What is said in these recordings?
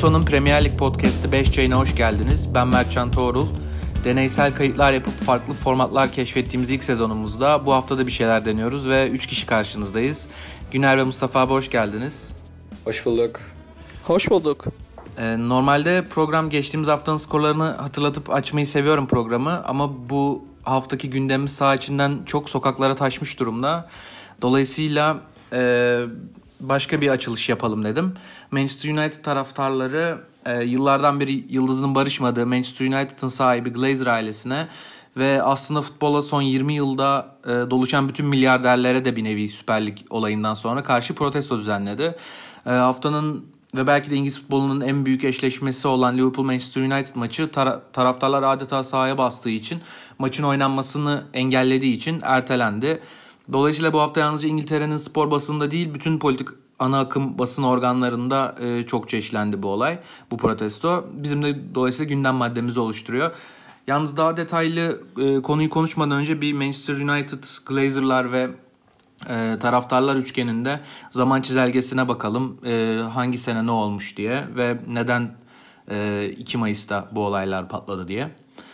Toto'nun Premier Lig Podcast'ı 5 yayına hoş geldiniz. Ben Mertcan Tuğrul. Deneysel kayıtlar yapıp farklı formatlar keşfettiğimiz ilk sezonumuzda bu haftada bir şeyler deniyoruz ve 3 kişi karşınızdayız. Güner ve Mustafa abi hoş geldiniz. Hoş bulduk. Hoş bulduk. Normalde program geçtiğimiz haftanın skorlarını hatırlatıp açmayı seviyorum programı ama bu haftaki gündemimiz saha içinden çok sokaklara taşmış durumda. Dolayısıyla başka bir açılış yapalım dedim. Manchester United taraftarları yıllardan beri yıldızının barışmadığı Manchester United'ın sahibi Glazer ailesine ve aslında futbola son 20 yılda doluşan bütün milyarderlere de bir nevi Süper Lig olayından sonra karşı protesto düzenledi. Haftanın ve belki de İngiliz futbolunun en büyük eşleşmesi olan Liverpool-Manchester United maçı taraftarlar adeta sahaya bastığı için, maçın oynanmasını engellediği için ertelendi. Dolayısıyla bu hafta yalnızca İngiltere'nin spor basında değil, bütün politik ana akım basın organlarında çokça işlendi bu olay, bu protesto. Bizim de dolayısıyla gündem maddemizi oluşturuyor. Yalnız daha detaylı konuyu konuşmadan önce bir Manchester United, Glazer'lar ve taraftarlar üçgeninde zaman çizelgesine bakalım. Hangi sene ne olmuş diye ve neden 2 Mayıs'ta bu olaylar patladı diye.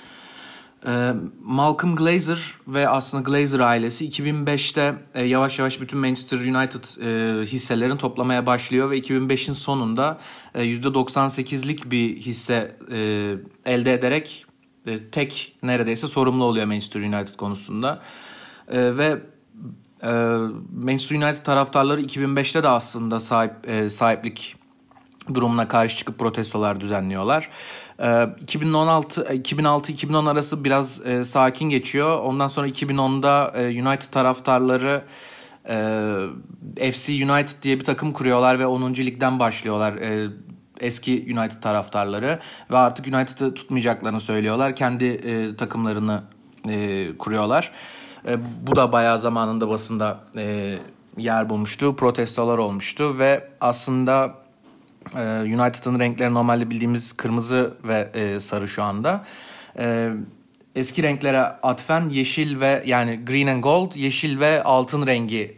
Malcolm Glazer ve aslında Glazer ailesi 2005'te yavaş yavaş bütün Manchester United hisselerini toplamaya başlıyor ve 2005'in sonunda %98'lik bir hisse elde ederek tek neredeyse sorumlu oluyor Manchester United konusunda. Ve Manchester United taraftarları 2005'te de aslında sahiplik durumuna karşı çıkıp protestolar düzenliyorlar. 2006-2010 arası biraz sakin geçiyor. Ondan sonra 2010'da United taraftarları FC United diye bir takım kuruyorlar ve 10. ligden başlıyorlar. Eski United taraftarları ve artık United'ı tutmayacaklarını söylüyorlar. Kendi takımlarını kuruyorlar. Bu da bayağı zamanında basında yer bulmuştu. Protestolar olmuştu ve aslında United'ın renkleri normalde bildiğimiz kırmızı ve sarı şu anda. Eski renklere atfen yeşil ve yani green and gold, yeşil ve altın rengi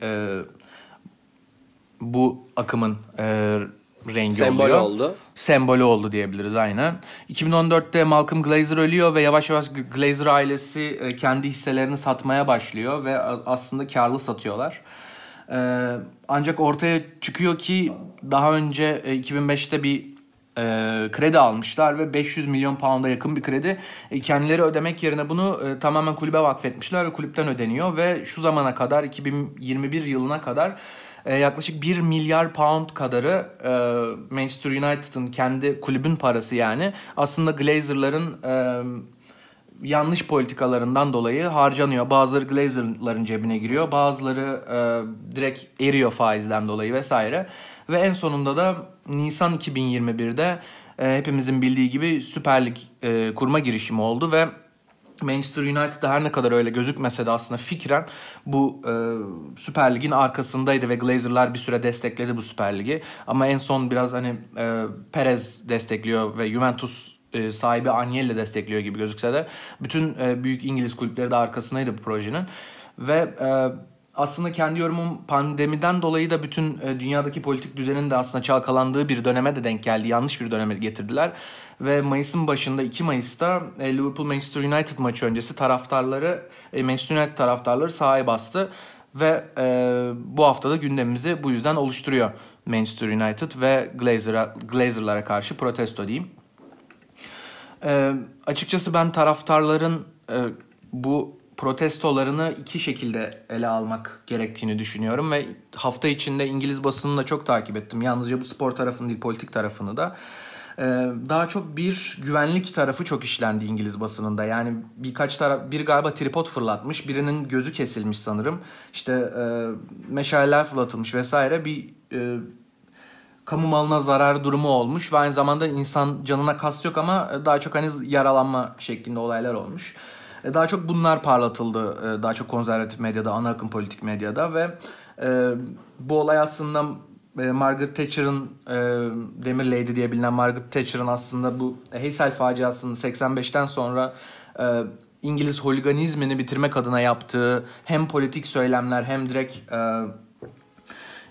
bu akımın rengi sembolü oluyor. Sembolü oldu diyebiliriz aynen. 2014'te Malcolm Glazer ölüyor ve yavaş yavaş Glazer ailesi kendi hisselerini satmaya başlıyor ve aslında karlı satıyorlar. Ancak ortaya çıkıyor ki daha önce 2005'te bir kredi almışlar ve 500 milyon pound'a yakın bir kredi. Kendileri ödemek yerine bunu tamamen kulübe vakfetmişler ve kulüpten ödeniyor ve şu zamana kadar 2021 yılına kadar yaklaşık 1 milyar pound kadarı Manchester United'ın kendi kulübün parası yani aslında Glazer'ların yanlış politikalarından dolayı harcanıyor. Bazıları Glazer'ların cebine giriyor. Bazıları direkt eriyor faizden dolayı vesaire. Ve en sonunda da Nisan 2021'de hepimizin bildiği gibi Süper Lig kurma girişimi oldu ve Manchester United'da her ne kadar öyle gözükmese de aslında fikren bu Süper Lig'in arkasındaydı ve Glazer'lar bir süre destekledi bu Süper Lig'i. Ama en son biraz hani Perez destekliyor ve Juventus sahibi Agnelli destekliyor gibi gözükse de bütün büyük İngiliz kulüpleri de arkasındaydı bu projenin. Ve aslında kendi yorumum pandemiden dolayı da bütün dünyadaki politik düzenin de aslında çalkalandığı bir döneme de denk geldi. Yanlış bir döneme getirdiler. Ve Mayıs'ın başında 2 Mayıs'ta Liverpool-Manchester United maçı öncesi Manchester United taraftarları sahaya bastı. Ve bu haftada gündemimizi bu yüzden oluşturuyor Manchester United ve Glazer'lara karşı protesto diyeyim. Açıkçası ben taraftarların bu protestolarını iki şekilde ele almak gerektiğini düşünüyorum ve hafta içinde İngiliz basınını da çok takip ettim. Yalnızca bu spor tarafını değil, politik tarafını da. Daha çok bir güvenlik tarafı çok işlendi İngiliz basınında. Yani bir galiba tripod fırlatmış, birinin gözü kesilmiş sanırım. İşte meşaleler fırlatılmış vesaire bir kamu malına zarar durumu olmuş ve aynı zamanda insan canına kast yok ama daha çok hani yaralanma şeklinde olaylar olmuş. Daha çok bunlar parlatıldı. Daha çok konservatif medyada, ana akım politik medyada ve bu olay aslında Margaret Thatcher'ın Demir Lady diye bilinen Margaret Thatcher'ın aslında bu Heysel faciasının 85'ten sonra İngiliz holiganizmini bitirmek adına yaptığı hem politik söylemler hem direkt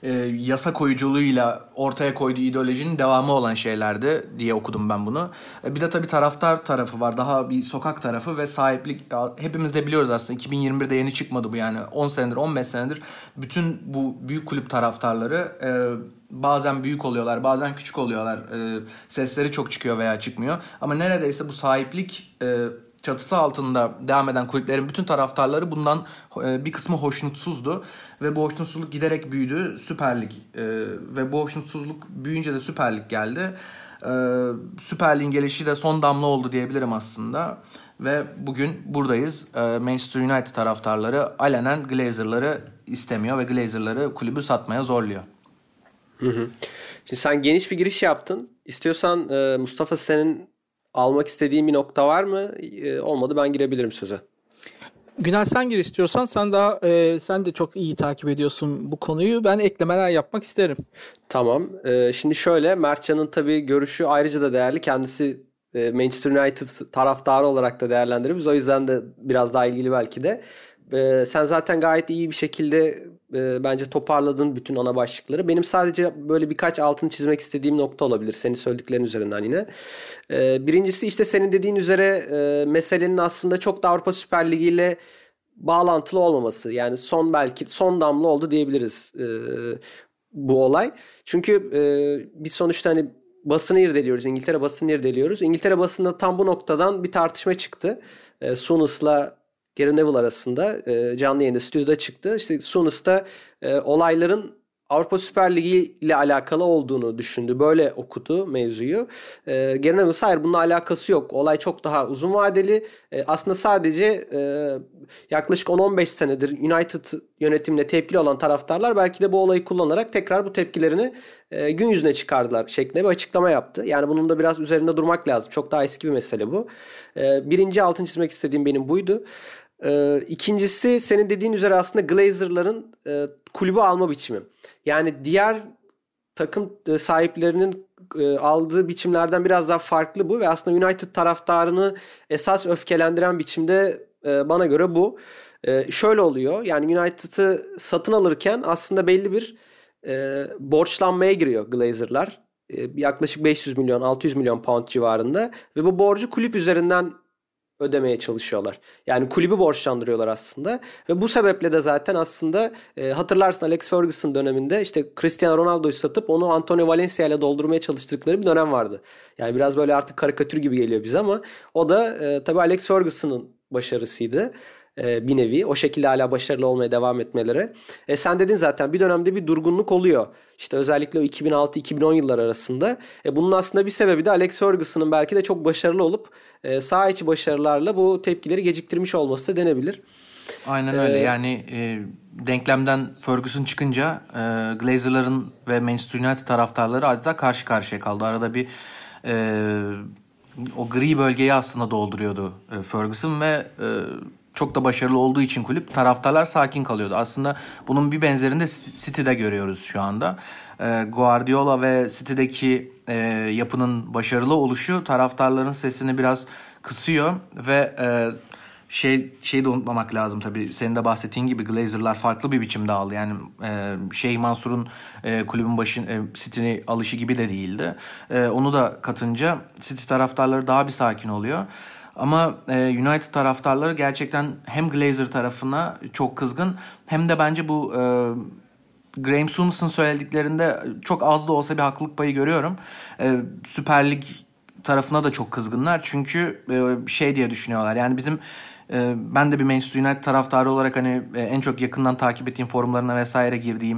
yasa koyuculuğuyla ortaya koyduğu ideolojinin devamı olan şeylerdi diye okudum ben bunu. Bir de tabii taraftar tarafı var. Daha bir sokak tarafı ve sahiplik. Hepimiz de biliyoruz aslında, 2021'de yeni çıkmadı bu yani. 10 senedir, 15 senedir bütün bu büyük kulüp taraftarları bazen büyük oluyorlar, bazen küçük oluyorlar. Sesleri çok çıkıyor veya çıkmıyor. Ama neredeyse bu sahiplik çatısı altında devam eden kulüplerin bütün taraftarları bundan bir kısmı hoşnutsuzdu. Ve bu hoşnutsuzluk giderek büyüdü. Süper Lig ve bu hoşnutsuzluk büyüyünce de Süper Lig geldi. Süper Lig'in gelişi de son damla oldu diyebilirim aslında. Ve bugün buradayız. Manchester United taraftarları alenen Glazer'ları istemiyor ve Glazer'ları kulübü satmaya zorluyor. Hı hı. Şimdi sen geniş bir giriş yaptın. İstiyorsan Mustafa, senin almak istediğin bir nokta var mı? Olmadı ben girebilirim söze. Günel, sen gir istiyorsan. Sen de çok iyi takip ediyorsun bu konuyu. Ben eklemeler yapmak isterim. Tamam. Şimdi şöyle, Mertcan'ın tabii görüşü ayrıca da değerli. Kendisi Manchester United taraftarı olarak da değerlendiririz. O yüzden de biraz daha ilgili belki de. Sen zaten gayet iyi bir şekilde bence toparladın bütün ana başlıkları. Benim sadece böyle birkaç altını çizmek istediğim nokta olabilir senin söylediklerin üzerinden yine. Birincisi, işte senin dediğin üzere meselenin aslında çok da Avrupa Süper Ligi ile bağlantılı olmaması. Yani belki son damla oldu diyebiliriz bu olay. Çünkü biz sonuçta hani basını irdeliyoruz. İngiltere basını irdeliyoruz. İngiltere basında tam bu noktadan bir tartışma çıktı. Souness'la Gary Neville arasında canlı yayında stüdyoda çıktı. İşte Souness da olayların Avrupa Süper Ligi ile alakalı olduğunu düşündü. Böyle okudu mevzuyu. Gary Neville, hayır bununla alakası yok. Olay çok daha uzun vadeli. Aslında sadece yaklaşık 10-15 senedir United yönetimine tepkili olan taraftarlar belki de bu olayı kullanarak tekrar bu tepkilerini gün yüzüne çıkardılar şeklinde bir açıklama yaptı. Yani bunun da biraz üzerinde durmak lazım. Çok daha eski bir mesele bu. Birinci altını çizmek istediğim benim buydu. İkincisi, senin dediğin üzere aslında Glazer'ların kulübü alma biçimi. Yani diğer takım sahiplerinin aldığı biçimlerden biraz daha farklı bu ve aslında United taraftarını esas öfkelendiren biçimde bana göre bu. Şöyle oluyor, yani United'ı satın alırken aslında belli bir borçlanmaya giriyor Glazer'lar. Yaklaşık 500 milyon 600 milyon pound civarında ve bu borcu kulüp üzerinden ödemeye çalışıyorlar. Yani kulübü borçlandırıyorlar aslında. Ve bu sebeple de zaten aslında hatırlarsın Alex Ferguson döneminde işte Cristiano Ronaldo'yu satıp onu Antonio Valencia ile doldurmaya çalıştıkları bir dönem vardı. Yani biraz böyle artık karikatür gibi geliyor bize ama o da tabii Alex Ferguson'ın başarısıydı. Bir nevi. O şekilde hala başarılı olmaya devam etmeleri. Sen dedin zaten bir dönemde bir durgunluk oluyor. İşte özellikle o 2006-2010 yıllar arasında. Bunun aslında bir sebebi de Alex Ferguson'ın belki de çok başarılı olup saha içi başarılarla bu tepkileri geciktirmiş olması da denebilir. Aynen öyle. Yani denklemden Ferguson çıkınca Glazer'ların ve Manchester United taraftarları adeta karşı karşıya kaldı. Arada bir o gri bölgeyi aslında dolduruyordu Ferguson ve çok da başarılı olduğu için kulüp, taraftarlar sakin kalıyordu. Aslında bunun bir benzerini de City'de görüyoruz şu anda. Guardiola ve City'deki yapının başarılı oluşu taraftarların sesini biraz kısıyor ve şey de unutmamak lazım tabii. Senin de bahsettiğin gibi Glazer'lar farklı bir biçimde aldı. Yani Şeyh Mansur'un kulübün City'ni alışı gibi de değildi. Onu da katınca City taraftarları daha bir sakin oluyor. Ama United taraftarları gerçekten hem Glazer tarafına çok kızgın hem de bence bu Graham Souness'ın söylediklerinde çok az da olsa bir haklılık payı görüyorum. Süper Lig tarafına da çok kızgınlar. Çünkü şey diye düşünüyorlar. Yani bizim ben de bir Manchester United taraftarı olarak hani en çok yakından takip ettiğim forumlarına vesaire girdiğim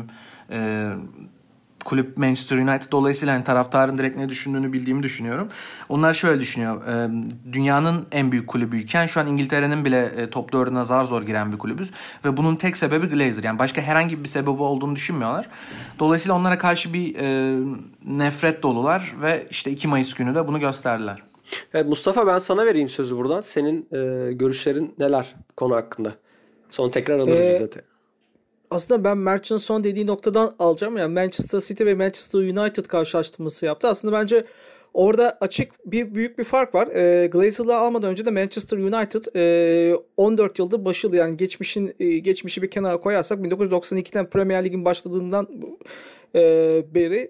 kulüp Manchester United. Dolayısıyla hani taraftarın direkt ne düşündüğünü bildiğimi düşünüyorum. Onlar şöyle düşünüyor. Dünyanın en büyük kulübüyken şu an İngiltere'nin bile top 4'üne zar zor giren bir kulübüz. Ve bunun tek sebebi Glazer. Yani başka herhangi bir sebebi olduğunu düşünmüyorlar. Dolayısıyla onlara karşı bir nefret dolular ve işte 2 Mayıs günü de bunu gösterdiler. Evet Mustafa, ben sana vereyim sözü buradan. Senin görüşlerin neler konu hakkında? Sonra tekrar alırız biz zaten. Aslında ben Mert'in son dediği noktadan alacağım. Yani Manchester City ve Manchester United karşılaştırması yaptı. Aslında bence Orada büyük bir fark var. Glazer'la almadan önce de Manchester United 14 yıldır başarılı, yani geçmişi bir kenara koyarsak 1992'den Premier Lig'in başladığından beri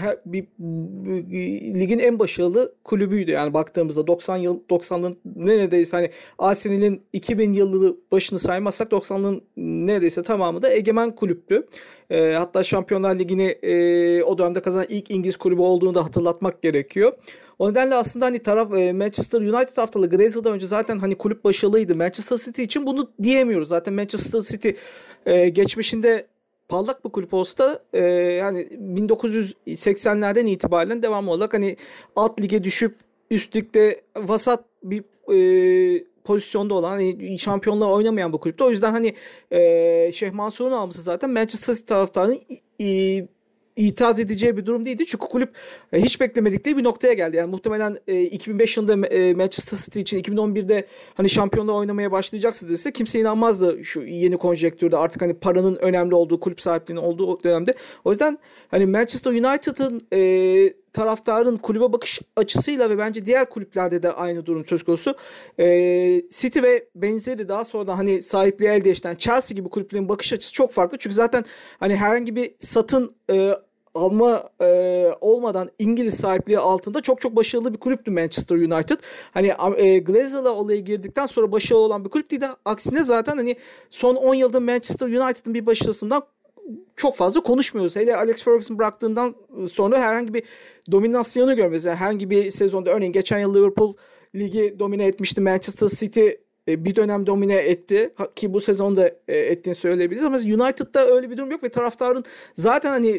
ligin en başarılı kulübüydü. Yani baktığımızda 90'ların neredeyse, hani Arsenal'in 2000 yılı başını saymazsak 90'ların neredeyse tamamı da egemen kulüptü. Hatta Şampiyonlar Ligi'ni o dönemde kazanan ilk İngiliz kulübü olduğunu da hatırlatmak gerekiyor. O nedenle aslında hani Manchester United taraftarı Glazer'dan önce zaten hani kulüp başarılıydı. Manchester City için bunu diyemiyoruz. Zaten Manchester City geçmişinde parlak bir kulüp olsa da yani 1980'lerden itibaren devamlı olarak hani alt lige düşüp üst ligde vasat bir pozisyonda olan, hani şampiyonluğa oynamayan bu kulüpte. O yüzden hani Şeyh Mansur'un alması zaten Manchester City taraftarının itiraz edeceği bir durum değildi. Çünkü kulüp hiç beklemedikleri bir noktaya geldi. Yani muhtemelen 2005 yılında Manchester City için 2011'de hani şampiyonluğa oynamaya başlayacaksınız dese kimse inanmazdı şu yeni konjektürde, artık hani paranın önemli olduğu, kulüp sahipliğinin olduğu dönemde. O yüzden hani Manchester United'ın taraftarın kulübe bakış açısıyla ve bence diğer kulüplerde de aynı durum söz konusu. City ve benzeri daha sonra da hani sahipliği elde edilen Chelsea gibi kulüplerin bakış açısı çok farklı. Çünkü zaten hani herhangi bir satın alma olmadan İngiliz sahipliği altında çok başarılı bir kulüptü Manchester United. Hani Glazer'la olaya girdikten sonra başarılı olan bir kulüp değil de aksine zaten hani son 10 yılda Manchester United'ın bir başarısından çok fazla konuşmuyoruz. Hele Alex Ferguson bıraktığından sonra herhangi bir dominasyonu görmüyoruz. Yani herhangi bir sezonda, örneğin geçen yıl Liverpool ligi domine etmişti. Manchester City bir dönem domine etti. Ki bu sezonda ettiğini söyleyebiliriz. Ama United'da öyle bir durum yok ve taraftarın zaten hani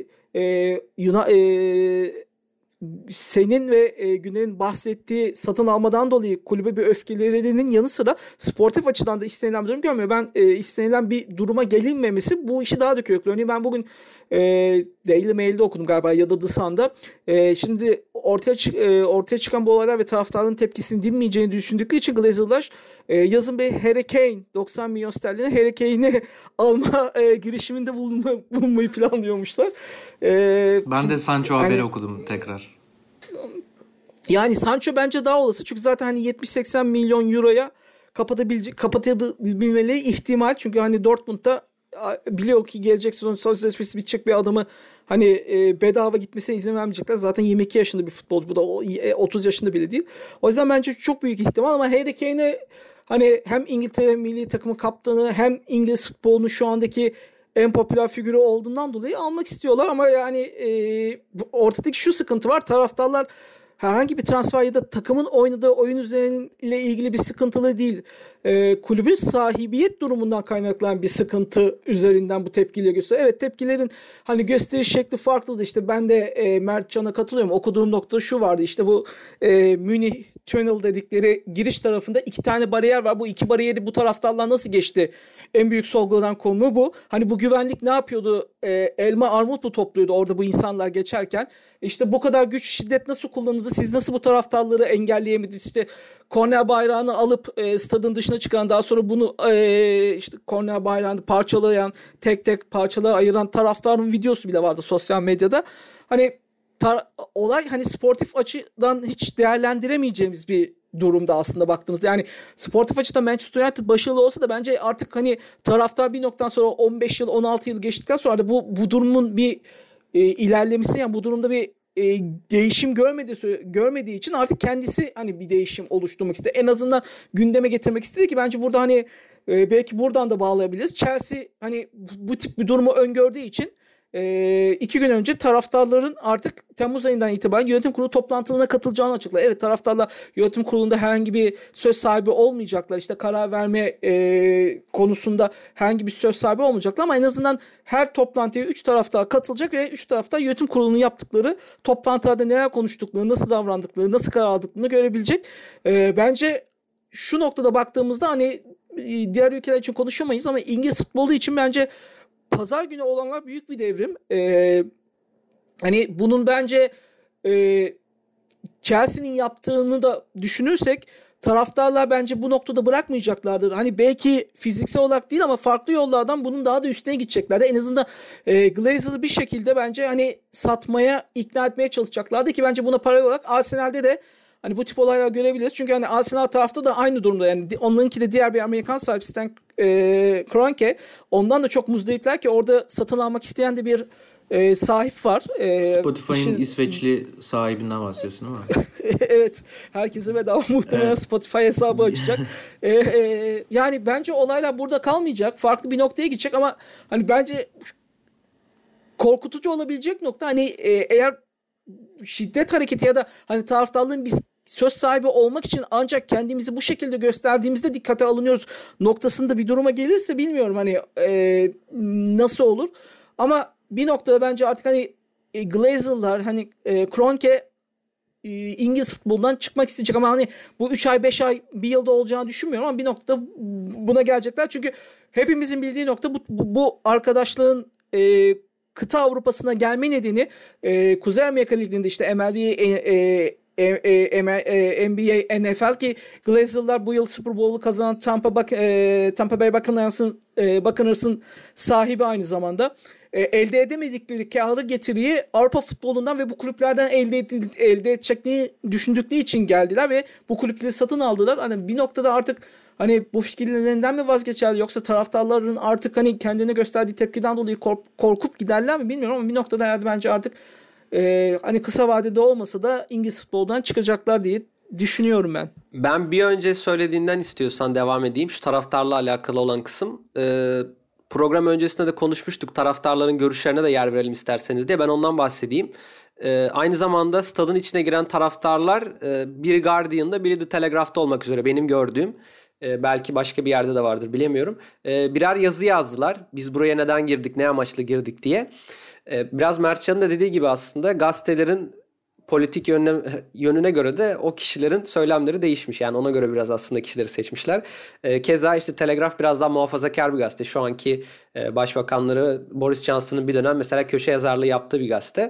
senin ve Güner'in bahsettiği satın almadan dolayı kulübe bir öfkelerinin yanı sıra sportif açıdan da istenilen bir durum görmüyor. Ben istenilen bir duruma gelinmemesi bu işi daha da köklü. Örneğin ben bugün Daily Mail'de okudum galiba ya da The Sun'da. Şimdi ortaya çıkan bu olaylar ve taraftarın tepkisini dinmeyeceğini düşündükleri için Glazer'lar yazın bir Harry Kane, 90 milyon sterline Harry Kane'i alma girişiminde bulunmayı planlıyormuşlar. Ben de Sancho haberi okudum tekrar. Yani Sancho bence daha olası. Çünkü zaten hani 70-80 milyon euroya kapatabilmeleri ihtimal. Çünkü hani Dortmund'da biliyor ki gelecek sezon sözleşmesi bitecek bir adamı hani bedava gitmesine izin vermeyecekler. Zaten 22 yaşında bir futbolcu. Bu da 30 yaşında bile değil. O yüzden bence çok büyük ihtimal, ama Harry Kane'i hani hem İngiltere milli takımın kaptanı hem İngiliz futbolunun şu andaki en popüler figürü olduğundan dolayı almak istiyorlar. Ama yani ortadaki şu sıkıntı var. Taraftarlar herhangi bir transfer ya da takımın oynadığı oyun üzeriyle ilgili bir sıkıntılı değil. Kulübün sahibiyet durumundan kaynaklanan bir sıkıntı üzerinden bu tepkiyle gösteriyor. Evet, tepkilerin hani gösteriş şekli farklıdır. İşte ben de Mertcan'a katılıyorum. Okuduğum nokta şu vardı. İşte bu Münih Tunnel dedikleri giriş tarafında 2 tane bariyer var. Bu 2 bariyeri bu taraftarlar nasıl geçti? En büyük sorgulanan konu bu. Hani bu güvenlik ne yapıyordu? Elma armut mu topluyordu orada bu insanlar geçerken? İşte bu kadar güç, şiddet nasıl kullanıldı? Siz nasıl bu taraftarları engelleyemediniz? İşte korner bayrağını alıp stadın dışına çıkan, daha sonra bunu işte korner bayrağını parçalayan, tek tek parçalara ayıran taraftarın videosu bile vardı sosyal medyada. Hani olay hani sportif açıdan hiç değerlendiremeyeceğimiz bir durumda aslında baktığımızda. Yani sportif açıdan Manchester United başarılı olsa da bence artık hani taraftar bir noktadan sonra 15 yıl 16 yıl geçtikten sonra da bu durumun bir ilerlemesi, yani bu durumda bir değişim görmediği için artık kendisi hani bir değişim oluşturmak istedi. En azından gündeme getirmek istedi ki bence burada hani belki buradan da bağlayabiliriz. Chelsea hani bu tip bir durumu öngördüğü için 2 gün önce taraftarların artık Temmuz ayından itibaren yönetim kurulu toplantılarına katılacağını açıkladı. Evet, taraftarlar yönetim kurulunda herhangi bir söz sahibi olmayacaklar. İşte karar verme konusunda herhangi bir söz sahibi olmayacaklar, ama en azından her toplantıya 3 taraftar katılacak ve 3 taraftar yönetim kurulunun yaptıkları toplantılarda neler konuştuklarını, nasıl davrandıklarını, nasıl karar aldıklarını görebilecek. Bence şu noktada baktığımızda hani diğer ülkeler için konuşamayız ama İngiliz futbolu için bence Pazar günü olanlar büyük bir devrim. Hani bunun bence Chelsea'nin yaptığını da düşünürsek taraftarlar bence bu noktada bırakmayacaklardır. Hani belki fiziksel olarak değil ama farklı yollardan bunun daha da üstüne gideceklerdi. En azından Glazer'ı bir şekilde bence hani satmaya, ikna etmeye çalışacaklardı ki bence buna paralel olarak Arsenal'de de hani bu tip olaylar görebiliriz. Çünkü hani Arsenal tarafta da aynı durumda. Yani onlarınki de diğer bir Amerikan sahibi Stan Kroenke. Ondan da çok muzdaripler ki orada satın almak isteyen de bir sahip var. Spotify'ın İsveçli sahibinden bahsediyorsun değil mi? Evet. Herkese bedava muhtemelen Spotify hesabı açacak. Yani bence olaylar burada kalmayacak. Farklı bir noktaya gidecek ama hani bence korkutucu olabilecek nokta hani eğer şiddet hareketi ya da hani taraftarlığın biz söz sahibi olmak için ancak kendimizi bu şekilde gösterdiğimizde dikkate alınıyoruz noktasında bir duruma gelirse bilmiyorum hani nasıl olur. Ama bir noktada bence artık hani Glazer'lar hani Kroenke İngiliz futbolundan çıkmak isteyecek ama hani bu 3 ay 5 ay bir yılda olacağını düşünmüyorum ama bir noktada buna gelecekler. Çünkü hepimizin bildiği nokta bu arkadaşlığın kıta Avrupa'sına gelme nedeni Kuzey Amerika Ligi'nde işte MLB, NBA, NFL ki Glazer'lar bu yıl Super Bowl'u kazanan Tampa Bay Buccaneers'ın sahibi aynı zamanda. Elde edemedikleri kârı getiriyi Avrupa futbolundan ve bu kulüplerden elde edeceklerini düşündükleri için geldiler ve bu kulüpleri satın aldılar. Hani bir noktada artık hani bu fikirlerinden mi vazgeçer yoksa taraftarların artık hani kendine gösterdiği tepkiden dolayı korkup giderler mi bilmiyorum ama bir noktada herhalde bence artık hani kısa vadede olmasa da İngiliz futboldan çıkacaklar diye düşünüyorum ben. Ben bir önce söylediğinden istiyorsan devam edeyim. Şu taraftarla alakalı olan kısım. Program öncesinde de konuşmuştuk. Taraftarların görüşlerine de yer verelim isterseniz diye. Ben ondan bahsedeyim. Aynı zamanda stadın içine giren taraftarlar biri Guardian'da biri The Telegraph'ta olmak üzere benim gördüğüm. Belki başka bir yerde de vardır bilemiyorum. Birer yazı yazdılar. Biz buraya neden girdik, ne amaçla girdik diye. Biraz Mertcan'ın da dediği gibi aslında gazetelerin politik yönüne göre de o kişilerin söylemleri değişmiş. Yani ona göre biraz aslında kişileri seçmişler. Keza işte Telegraph biraz daha muhafazakar bir gazete. Şu anki başbakanları Boris Johnson'ın bir dönem mesela köşe yazarlığı yaptığı bir gazete.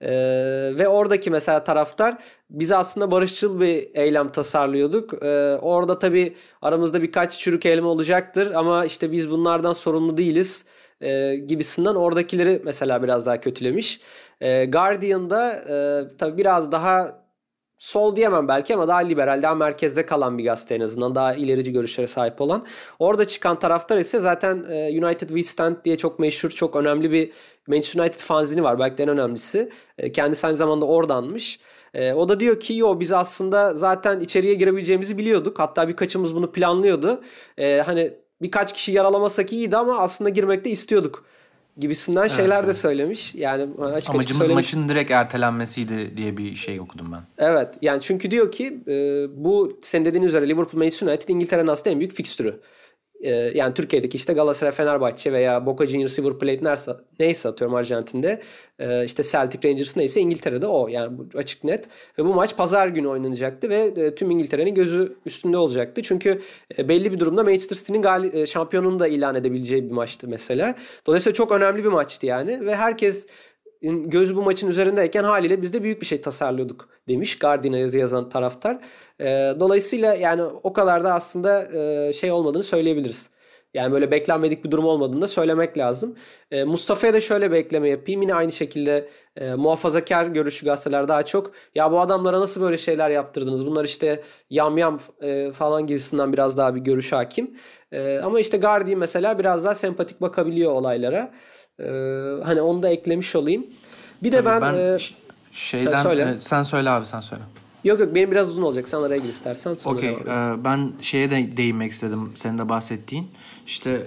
Ve oradaki mesela taraftar biz aslında barışçıl bir eylem tasarlıyorduk. Orada tabii aramızda birkaç çürük elma olacaktır ama işte biz bunlardan sorumlu değiliz gibisinden oradakileri mesela biraz daha kötülemiş. Guardian'da tabii biraz daha sol diyemem belki ama daha liberal, daha merkezde kalan bir gazete en azından. Daha ilerici görüşlere sahip olan. Orada çıkan taraftar ise zaten United We Stand diye çok meşhur, çok önemli bir Manchester United fanzini var. Belki de en önemlisi. Kendisi aynı zamanda oradanmış. O da diyor ki biz aslında zaten içeriye girebileceğimizi biliyorduk. Hatta birkaçımız bunu planlıyordu. Hani birkaç kişi yaralamasak iyiydi ama aslında girmek de istiyorduk gibisinden şeyler de söylemiş. Yani açık amacımız maçın direkt ertelenmesiydi diye bir şey okudum ben. Evet. Yani çünkü diyor ki bu senin dediğin üzere Liverpool Manchester United İngiltere'nin aslında en büyük fikstürü. Yani Türkiye'deki işte Galatasaray, Fenerbahçe veya Boca Juniors, River Plate neyse atıyorum Arjantin'de işte Celtic, Rangers neyse İngiltere'de o. Yani bu açık net. Ve bu maç pazar günü oynanacaktı ve tüm İngiltere'nin gözü üstünde olacaktı. Çünkü belli bir durumda Manchester City'nin şampiyonunu da ilan edebileceği bir maçtı mesela. Dolayısıyla çok önemli bir maçtı yani ve herkes gözü bu maçın üzerindeyken haliyle biz de büyük bir şey tasarlıyorduk demiş Guardian'a yazı yazan taraftar. Dolayısıyla yani o kadar da aslında şey olmadığını söyleyebiliriz. Yani böyle beklenmedik bir durum olmadığını da söylemek lazım. Mustafa'ya da şöyle bir ekleme yapayım. Yine aynı şekilde muhafazakar görüşü gazeteler daha çok. Ya bu adamlara nasıl böyle şeyler yaptırdınız? Bunlar işte yamyam falan gibisinden biraz daha bir görüş hakim. Ama işte Guardian mesela biraz daha sempatik bakabiliyor olaylara. Hani onu da eklemiş olayım. Bir de ben şeyden söyle. Sen söyle abi sen söyle. Yok benim biraz uzun olacak. Sen araya gir istersen. Okey. Ben şeye de değinmek istedim. Senin de bahsettiğin. İşte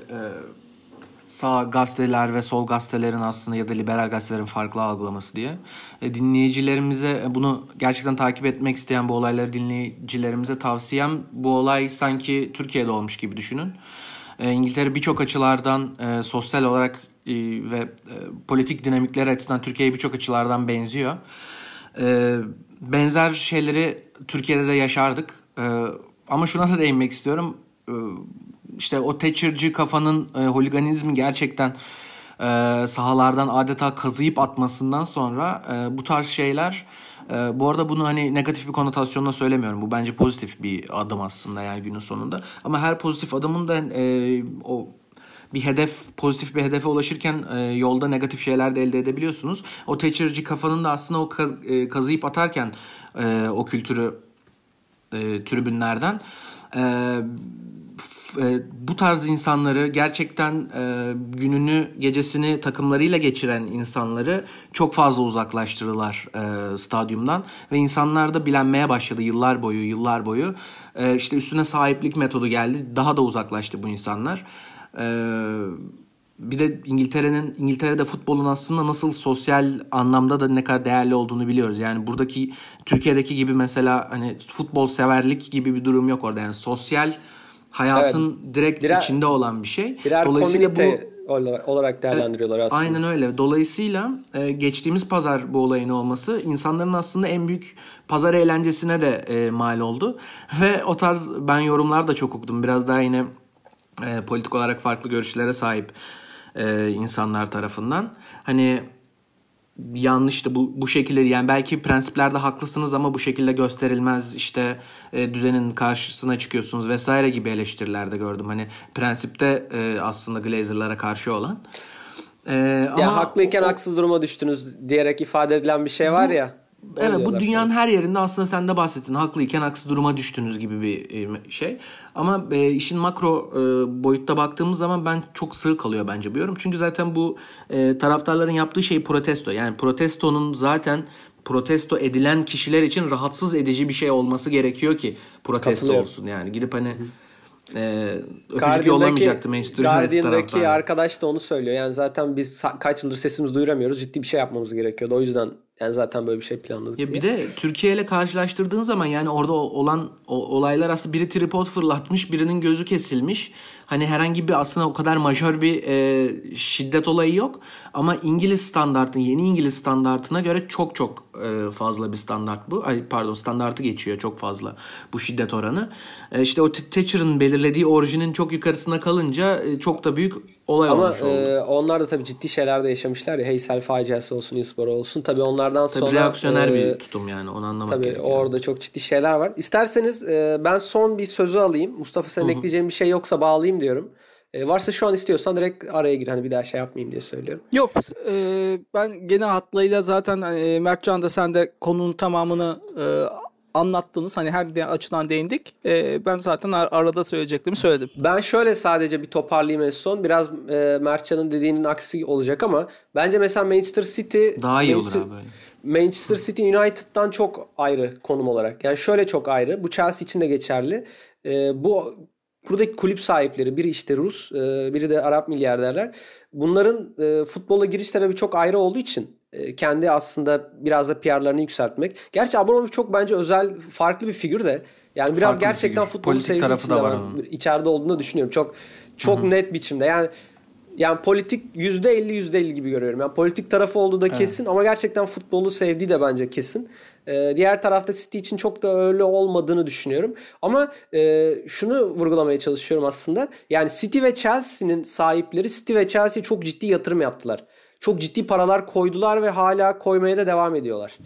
sağ gazeteler ve sol gazetelerin aslında ya da liberal gazetelerin farklı algılaması diye. Dinleyicilerimize bunu gerçekten takip etmek isteyen bu olayları dinleyicilerimize tavsiyem bu olay sanki Türkiye'de olmuş gibi düşünün. İngiltere birçok açılardan sosyal olarak ve politik dinamikleri açısından Türkiye'ye birçok açılardan benziyor. Benzer şeyleri Türkiye'de de yaşardık. Ama şuna da değinmek istiyorum. İşte o Thatcher'cı kafanın holiganizmi gerçekten sahalardan adeta kazıyıp atmasından sonra bu tarz şeyler Bu arada bunu hani negatif bir konotasyonla söylemiyorum. Bu bence pozitif bir adım aslında yani günün sonunda. Ama her pozitif adımın da o bir hedef, pozitif bir hedefe ulaşırken yolda negatif şeyler de elde edebiliyorsunuz. O Thatcher'cı kafanın da aslında o kazıyıp atarken o kültürü tribünlerden bu tarz insanları gerçekten gününü gecesini takımlarıyla geçiren insanları çok fazla uzaklaştırdılar stadyumdan ve insanlar da bilenmeye başladı yıllar boyu. İşte üstüne sahiplik metodu geldi, daha da uzaklaştı bu insanlar. Bir de İngiltere'de futbolun aslında nasıl sosyal anlamda da ne kadar değerli olduğunu biliyoruz. Yani buradaki Türkiye'deki gibi mesela hani futbol severlik gibi bir durum yok orada. Yani sosyal hayatın direkt içinde olan bir şey. Birer komünite olarak değerlendiriyorlar aslında. Aynen öyle. Dolayısıyla geçtiğimiz pazar bu olayın olması insanların aslında en büyük pazar eğlencesine de mal oldu. Ve o tarz ben yorumlar da çok okudum. Biraz daha yine politik olarak farklı görüşlere sahip insanlar tarafından. Hani yanlıştı bu şekilde, yani belki prensiplerde haklısınız ama bu şekilde gösterilmez, işte düzenin karşısına çıkıyorsunuz vesaire gibi eleştiriler de gördüm. Hani prensipte aslında Glazer'lara karşı olan. Ama haklıyken haksız duruma düştünüz diyerek ifade edilen bir şey var ya. Evet, bu dünyanın her yerinde aslında sen de bahsettin. Haklıyken haksız duruma düştünüz gibi bir şey. Ama işin makro boyutta baktığımız zaman ben çok sığ kalıyor bence bu yorum. Çünkü zaten bu taraftarların yaptığı şey protesto. Yani protestonun zaten protesto edilen kişiler için rahatsız edici bir şey olması gerekiyor ki protesto olsun. Yani gidip hani öpücük yollamayacaktı Manchester United taraftarı. Guardian'daki arkadaş da onu söylüyor. Yani zaten biz kaç yıldır sesimizi duyuramıyoruz. Ciddi bir şey yapmamız gerekiyordu. O yüzden yani zaten böyle bir şey planladık diye. Bir de Türkiye ile karşılaştırdığın zaman yani orada olan olaylar aslında biri tripod fırlatmış, birinin gözü kesilmiş. Hani herhangi bir aslında o kadar majör bir şiddet olayı yok. Ama yeni İngiliz standartına göre çok fazla bir standart bu. Standartı geçiyor çok fazla bu şiddet oranı. İşte o Thatcher'ın belirlediği orijinin çok yukarısına kalınca çok da büyük olay olmuş oldu. Ama onlar da tabii ciddi şeyler de yaşamışlar ya. Heysel faciası olsun, Hillsborough olsun. Tabii onlardan sonra... reaksiyoner bir tutum yani, onu anlamak gerekiyor. Tabii orada çok ciddi şeyler var. İsterseniz ben son bir sözü alayım. Mustafa, senin ekleyeceğin bir şey yoksa bağlayayım diyorum. Varsa şu an istiyorsan direkt araya gir. Hani bir daha şey yapmayayım diye söylüyorum. Yok. Ben genel hatlarıyla zaten Mertcan da sen de konunun tamamını anlattınız. Hani her açıdan değindik. Ben zaten arada söyleyeceklerimi söyledim. Ben şöyle sadece bir toparlayayım en son. Biraz Mertcan'ın dediğinin aksi olacak ama bence mesela Manchester City daha iyi olur abi böyle. Manchester City United'dan çok ayrı konum olarak. Yani şöyle çok ayrı. Bu Chelsea için de geçerli. Buradaki kulüp sahipleri, biri işte Rus, biri de Arap milyarderler. Bunların futbola giriş sebebi çok ayrı olduğu için kendi aslında biraz da PR'larını yükseltmek. Gerçi Abramovich çok bence özel, farklı bir figür de. Yani biraz farklı gerçekten futbolu sevdiği için de ben içeride olduğunu düşünüyorum. Çok net biçimde. Yani politik %50 gibi görüyorum. Yani politik tarafı olduğu da kesin ama gerçekten futbolu sevdiği de bence kesin. Diğer tarafta City için çok da öyle olmadığını düşünüyorum. Ama şunu vurgulamaya çalışıyorum aslında. Yani City ve Chelsea'nin sahipleri City ve Chelsea'ye çok ciddi yatırım yaptılar. Çok ciddi paralar koydular ve hala koymaya da devam ediyorlar.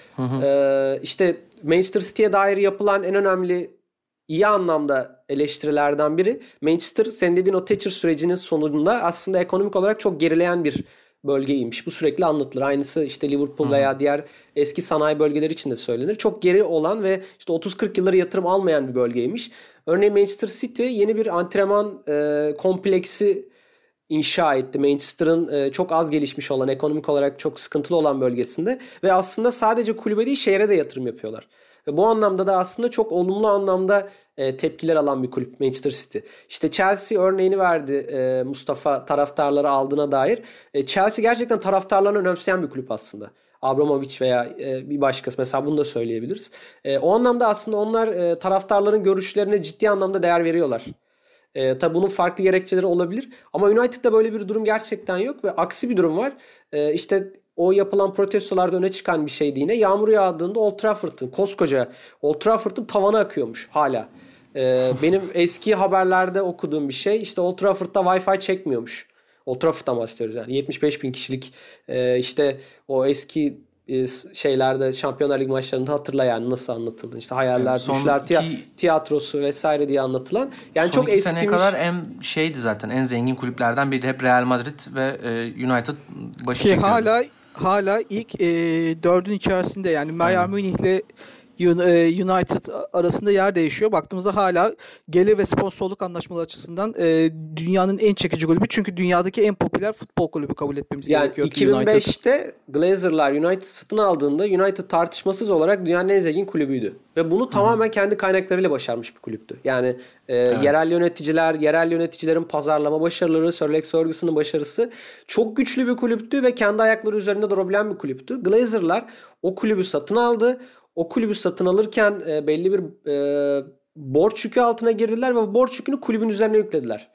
İşte Manchester City'ye dair yapılan en önemli iyi anlamda eleştirilerden biri, Manchester senin dediğin o Thatcher sürecinin sonunda aslında ekonomik olarak çok gerileyen bir bölgeymiş. Bu sürekli anlatılır. Aynısı işte Liverpool veya diğer eski sanayi bölgeleri için de söylenir. Çok geri olan ve işte 30-40 yılları yatırım almayan bir bölgeymiş. Örneğin Manchester City yeni bir antrenman kompleksi inşa etti. Manchester'ın çok az gelişmiş olan, ekonomik olarak çok sıkıntılı olan bölgesinde ve aslında sadece kulübe değil şehre de yatırım yapıyorlar. Ve bu anlamda da aslında çok olumlu anlamda tepkiler alan bir kulüp Manchester City. İşte Chelsea örneğini verdi Mustafa, taraftarları aldığına dair. Chelsea gerçekten taraftarlarını önemseyen bir kulüp aslında. Abramovich veya bir başkası mesela, bunu da söyleyebiliriz. O anlamda aslında onlar taraftarların görüşlerine ciddi anlamda değer veriyorlar. Tabi bunun farklı gerekçeleri olabilir. Ama United'da böyle bir durum gerçekten yok ve aksi bir durum var. İşte o yapılan protestolarda öne çıkan bir şeydi yine. Yağmur yağdığında koskoca Old Trafford'ın tavanı akıyormuş hala. Benim eski haberlerde okuduğum bir şey, işte Old Trafford'da Wi-Fi çekmiyormuş. Old Trafford'dan bahsediyoruz yani. 75 bin kişilik işte o eski şeylerde Şampiyonlar Ligi maçlarında hatırla yani nasıl anlatıldı. İşte hayaller, Evet, düşler, tiyatrosu vesaire diye anlatılan. Yani son çok iki seneye eskimiş. kadar zaten en zengin kulüplerden biri. Hep Real Madrid ve United başı Ki çekiyordu. hala ilk dördün içerisinde, yani Bayern Münih'le United arasında yer değişiyor. Baktığımızda hala gelir ve sponsorluk anlaşmaları açısından dünyanın en çekici kulübü. Çünkü dünyadaki en popüler futbol kulübü kabul etmemiz gerekiyor. 2005'te Glazer'lar United satın aldığında United tartışmasız olarak dünyanın en zengin kulübüydü. Ve bunu tamamen kendi kaynaklarıyla başarmış bir kulüptü. Yani yerel yöneticilerin pazarlama başarıları, Sir Alex Ferguson'ın başarısı çok güçlü bir kulüptü ve kendi ayakları üzerinde durabilen bir kulüptü. Glazer'lar o kulübü satın aldı. O kulübü satın alırken belli bir borç yükü altına girdiler ve borç yükünü kulübün üzerine yüklediler.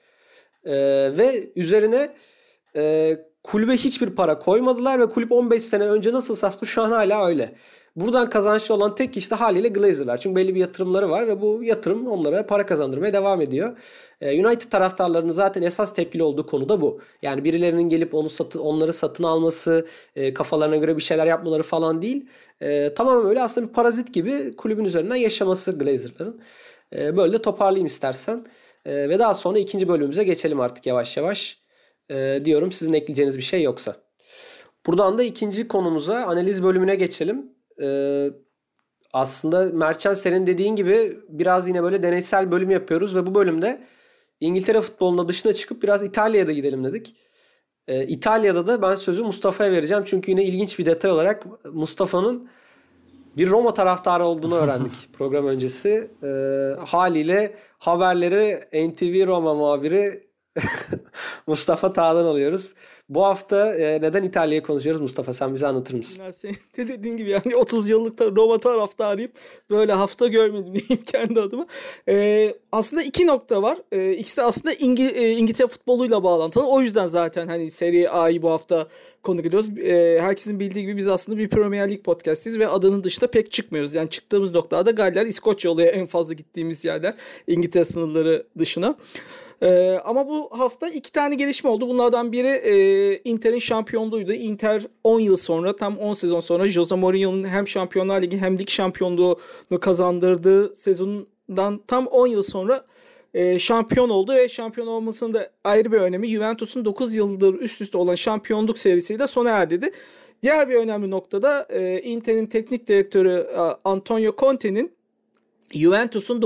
Ve üzerine kulübe hiçbir para koymadılar ve kulüp 15 sene önce nasıl sattı şu an hala öyle. Buradan kazançlı olan tek kişi de haliyle Glazer'lar. Çünkü belli bir yatırımları var ve bu yatırım onlara para kazandırmaya devam ediyor. United taraftarlarının zaten esas tepkili olduğu konu da bu. Yani birilerinin gelip onları satın alması, kafalarına göre bir şeyler yapmaları falan değil. Tamamen öyle aslında bir parazit gibi kulübün üzerinden yaşaması Glazer'ların. Böyle de toparlayayım istersen. Ve daha sonra ikinci bölümümüze geçelim artık yavaş yavaş. Diyorum, sizin ekleyeceğiniz bir şey yoksa. Buradan da ikinci konumuza, analiz bölümüne geçelim. Aslında Mertcan, senin dediğin gibi biraz yine böyle deneysel bölüm yapıyoruz ve bu bölümde İngiltere futboluna dışına çıkıp biraz İtalya'da gidelim dedik. İtalya'da da ben sözü Mustafa'ya vereceğim. Çünkü yine ilginç bir detay olarak Mustafa'nın bir Roma taraftarı olduğunu öğrendik program öncesi. Haliyle haberleri NTV Roma muhabiri Mustafa Tağ'dan alıyoruz. Bu hafta neden İtalya'yı konuşuyoruz Mustafa? Sen bize anlatır mısın? Senin de dediğin gibi yani 30 yıllık Roma taraftarıyım. Böyle hafta görmedim diyeyim kendi adıma. Aslında iki nokta var. İkisi de aslında İngiltere futboluyla bağlantılı. O yüzden zaten hani Serie A'yı bu hafta konuk ediyoruz. Herkesin bildiği gibi biz aslında bir Premier League podcastiyiz ve adanın dışında pek çıkmıyoruz. Yani çıktığımız noktada Galler, İskoçya oluyor en fazla gittiğimiz yerler. İngiltere sınırları dışına. Ama bu hafta iki tane gelişme oldu. Bunlardan biri Inter'in şampiyonluğuydu. Inter 10 yıl sonra, tam 10 sezon sonra Jose Mourinho'nun hem Şampiyonlar Ligi hem lig şampiyonluğunu kazandırdığı sezondan tam 10 yıl sonra şampiyon oldu ve şampiyon olmasının da ayrı bir önemi. Juventus'un 9 yıldır üst üste olan şampiyonluk serisi de sona erdirdi. Diğer bir önemli noktada Inter'in teknik direktörü Antonio Conte'nin Juventus'un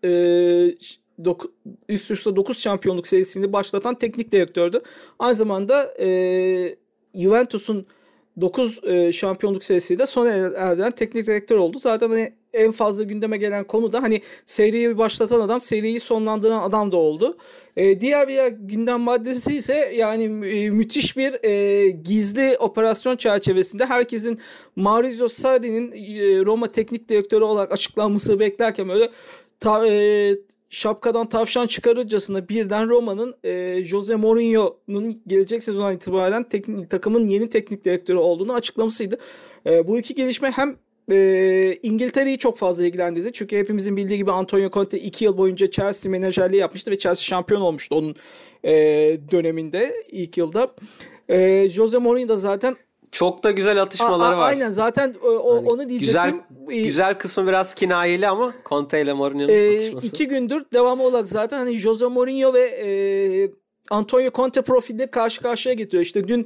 üst üste 9 şampiyonluk serisini başlatan teknik direktördü. Aynı zamanda Juventus'un 9 şampiyonluk serisiyle de sona erdiren teknik direktör oldu. Zaten hani en fazla gündeme gelen konu da hani seriyi başlatan adam, seriyi sonlandıran adam da oldu. Diğer bir gündem maddesi ise yani müthiş bir gizli operasyon çerçevesinde herkesin Maurizio Sarri'nin Roma teknik direktörü olarak açıklanması beklerken böyle şapkadan tavşan çıkarırcasına birden Roma'nın Jose Mourinho'nun gelecek sezondan itibaren takımın yeni teknik direktörü olduğunu açıklamasıydı. Bu iki gelişme hem İngiltere'yi çok fazla ilgilendirdi. Çünkü hepimizin bildiği gibi Antonio Conte 2 yıl boyunca Chelsea menajerliği yapmıştı ve Chelsea şampiyon olmuştu onun döneminde, ilk yılda. Jose Mourinho da zaten çok da güzel atışmaları var. Aynen, zaten onu diyecektim. Güzel kısmı biraz kinayeli ama Conte ile Mourinho'nun atışması. 2 gündür devamlı olarak zaten hani Jose Mourinho ve Antonio Conte profilde karşı karşıya getiriyor. İşte dün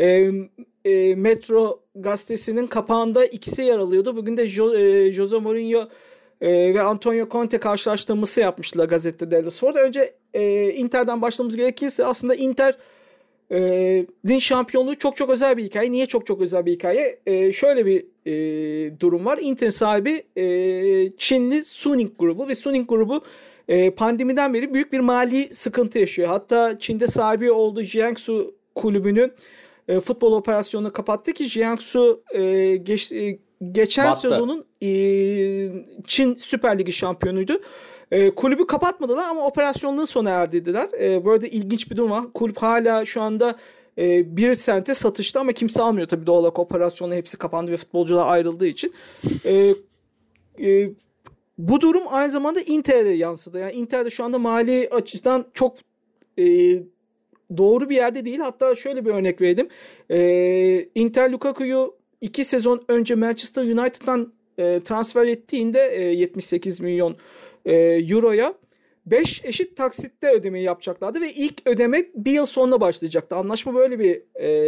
Metro gazetesinin kapağında ikisi yer alıyordu. Bugün de Jose Mourinho ve Antonio Conte karşılaştırması yapmışlar Gazzetta dello Sport. Önce Inter'den başlamamız gerekirse aslında Inter din şampiyonluğu çok çok özel bir hikaye. Niye çok çok özel bir hikaye? Şöyle bir durum var. Inter'in sahibi Çinli Suning grubu ve Suning grubu pandemiden beri büyük bir mali sıkıntı yaşıyor. Hatta Çin'de sahibi olduğu Jiangsu kulübünü futbol operasyonunu kapattı ki Jiangsu geçen sezonun Çin Süper Ligi şampiyonuydu. Kulübü kapatmadılar ama operasyonları sona erdirdiler. Böyle ilginç bir durum var. Kulüp hala şu anda 1 sente satışta ama kimse almıyor tabii, doğal olarak operasyonla hepsi kapandı ve futbolcular ayrıldığı için. Bu durum aynı zamanda Inter'de yansıdı. Yani Inter'de şu anda mali açıdan çok doğru bir yerde değil. Hatta şöyle bir örnek verdim. Inter Lukaku'yu 2 sezon önce Manchester United'dan transfer ettiğinde 78 milyon euroya 5 eşit taksitte ödemeyi yapacaklardı ve ilk ödeme bir yıl sonra başlayacaktı. Anlaşma böyle bir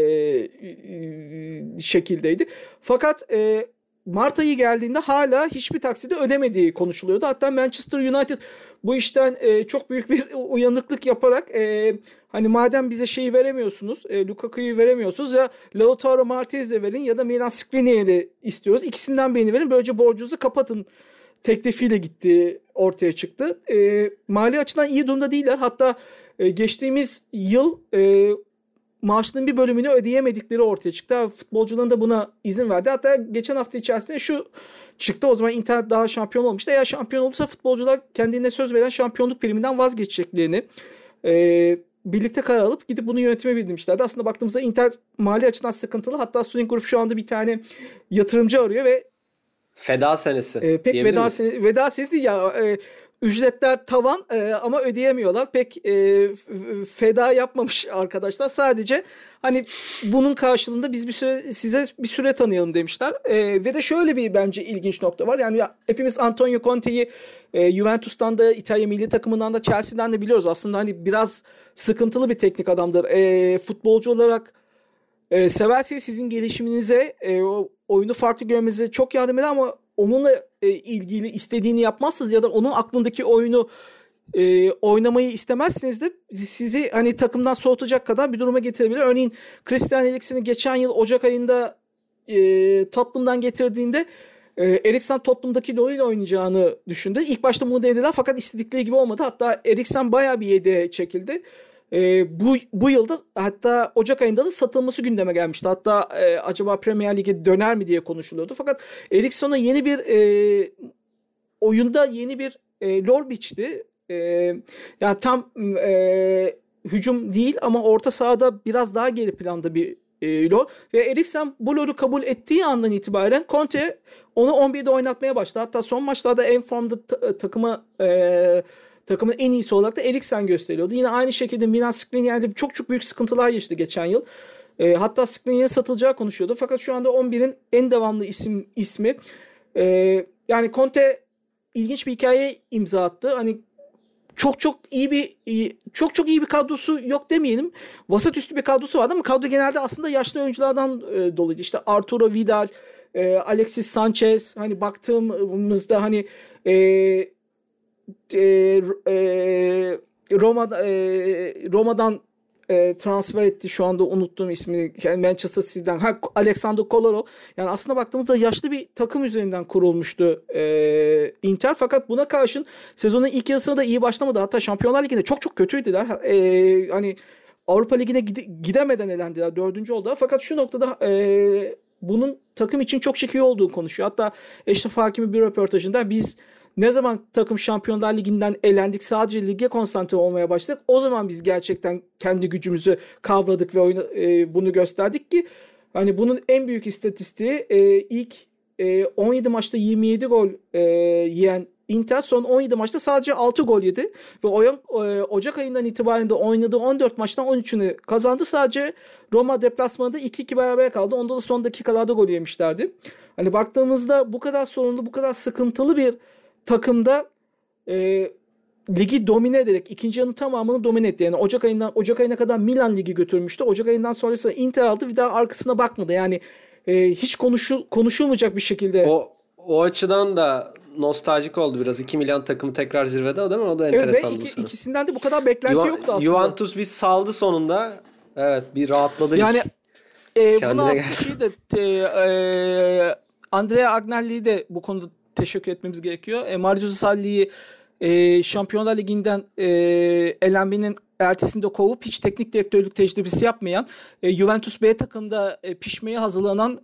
şekildeydi. Fakat Mart ayı geldiğinde hala hiçbir taksidi ödemediği konuşuluyordu. Hatta Manchester United bu işten çok büyük bir uyanıklık yaparak hani madem bize şeyi veremiyorsunuz, Lukaku'yu veremiyorsunuz, ya Lautaro Martinez'e verin ya da Milan Skriniar'ı de istiyoruz. İkisinden birini verin, böylece borcunuzu kapatın teklifiyle gittiği ortaya çıktı. Mali açıdan iyi durumda değiller. Hatta geçtiğimiz yıl maaşının bir bölümünü ödeyemedikleri ortaya çıktı. Futbolcuların da buna izin verdi. Hatta geçen hafta içerisinde şu çıktı. O zaman Inter daha şampiyon olmuştu. Eğer şampiyon olursa futbolcular kendine söz veren şampiyonluk priminden vazgeçeceklerini birlikte karar alıp gidip bunu yönetime bildirmişlerdi. Aslında baktığımızda Inter mali açıdan sıkıntılı. Hatta Suning Group şu anda bir tane yatırımcı arıyor ve feda senesi. Pek veda senesi değil ya. Ücretler tavan ama ödeyemiyorlar. Pek feda yapmamış arkadaşlar. Sadece hani bunun karşılığında biz size bir süre tanıyalım demişler. Ve de şöyle bir bence ilginç nokta var. Yani hepimiz Antonio Conte'yi Juventus'tan da, İtalya milli takımından da, Chelsea'den de biliyoruz. Aslında hani biraz sıkıntılı bir teknik adamdır. Futbolcu olarak severseniz sizin gelişiminize, oyunu farklı görmenize çok yardım eder ama onunla ilgili istediğini yapmazsınız ya da onun aklındaki oyunu oynamayı istemezseniz de sizi hani takımdan soğutacak kadar bir duruma getirebilir. Örneğin Christian Eriksen'i geçen yıl Ocak ayında Tottenham'dan getirdiğinde Eriksen Tottenham'daki rolüyle oynayacağını düşündü. İlk başta bunu denediler fakat istedikleri gibi olmadı. Hatta Eriksen bayağı bir yedeğe çekildi. Bu yılda hatta Ocak ayında da satılması gündeme gelmişti. Hatta acaba Premier Lig'e döner mi diye konuşuluyordu. Fakat Eriksen'a yeni bir oyunda yeni bir rol biçti. Yani tam hücum değil ama orta sahada biraz daha geri planda bir rol. Ve Eriksen bu rolü kabul ettiği andan itibaren Conte onu 11'de oynatmaya başladı. Hatta son maçlarda en formda takımın en iyisi olarak da Eriksen gösteriyordu. Yine aynı şekilde Milan Skriniar'da çok büyük sıkıntılar yaşadı geçen yıl. Hatta Skriniar'ın satılacağı konuşuyordu. Fakat şu anda 11'in en devamlı ismi. Yani Conte ilginç bir hikaye imza attı. Hani çok iyi bir kadrosu yok demeyelim. Vasat üstü bir kadrosu vardı ama kadro genelde aslında yaşlı oyunculardan doluydu. İşte Arturo Vidal, Alexis Sanchez, hani baktığımızda hani Roma'dan transfer etti. Şu anda unuttuğum ismini. Yani Manchester City'den. Alexander Kolarov. Yani aslında baktığımızda yaşlı bir takım üzerinden kurulmuştu Inter. Fakat buna karşın sezonun ilk yarısına da iyi başlamadı. Hatta Şampiyonlar Ligi'nde çok kötüydüler. Hani Avrupa Ligi'ne gidemeden elendiler. 4. oldular. Fakat şu noktada bunun takım için çok şekil olduğu konuşuyor. Hatta Eşref Hakimi bir röportajında biz ne zaman takım Şampiyonlar Ligi'nden elendik, sadece lige konsantre olmaya başladık, o zaman biz gerçekten kendi gücümüzü kavradık ve bunu gösterdik ki hani bunun en büyük istatistiği ilk 17 maçta 27 gol yiyen Inter son 17 maçta sadece 6 gol yedi ve Ocak ayından itibaren de oynadığı 14 maçtan 13'ünü kazandı. Sadece Roma deplasmanında 2-2 beraber kaldı. Onda da son dakikalarda gol yemişlerdi. Hani baktığımızda bu kadar sorunlu, bu kadar sıkıntılı bir takımda ligi domine ederek ikinci yarının tamamını domine etti. Yani Ocak ayına kadar Milan ligi götürmüştü. Ocak ayından sonrası Inter aldı, bir daha arkasına bakmadı. Yani hiç konuşulmayacak bir şekilde. O açıdan da nostaljik oldu biraz. 2 Milan takımı tekrar zirvede, değil mi? O da enteresan. Evet, ikisinden de bu kadar beklenti yoktu aslında. Juventus bir saldı sonunda. Evet, bir rahatladı. Yani buna aslında Andrea Agnelli'yi de bu konuda teşekkür etmemiz gerekiyor. Mario Zasalli'yi Şampiyonlar Ligi'nden elenmenin ertesinde kovup hiç teknik direktörlük tecrübesi yapmayan, Juventus B takımda pişmeye hazırlanan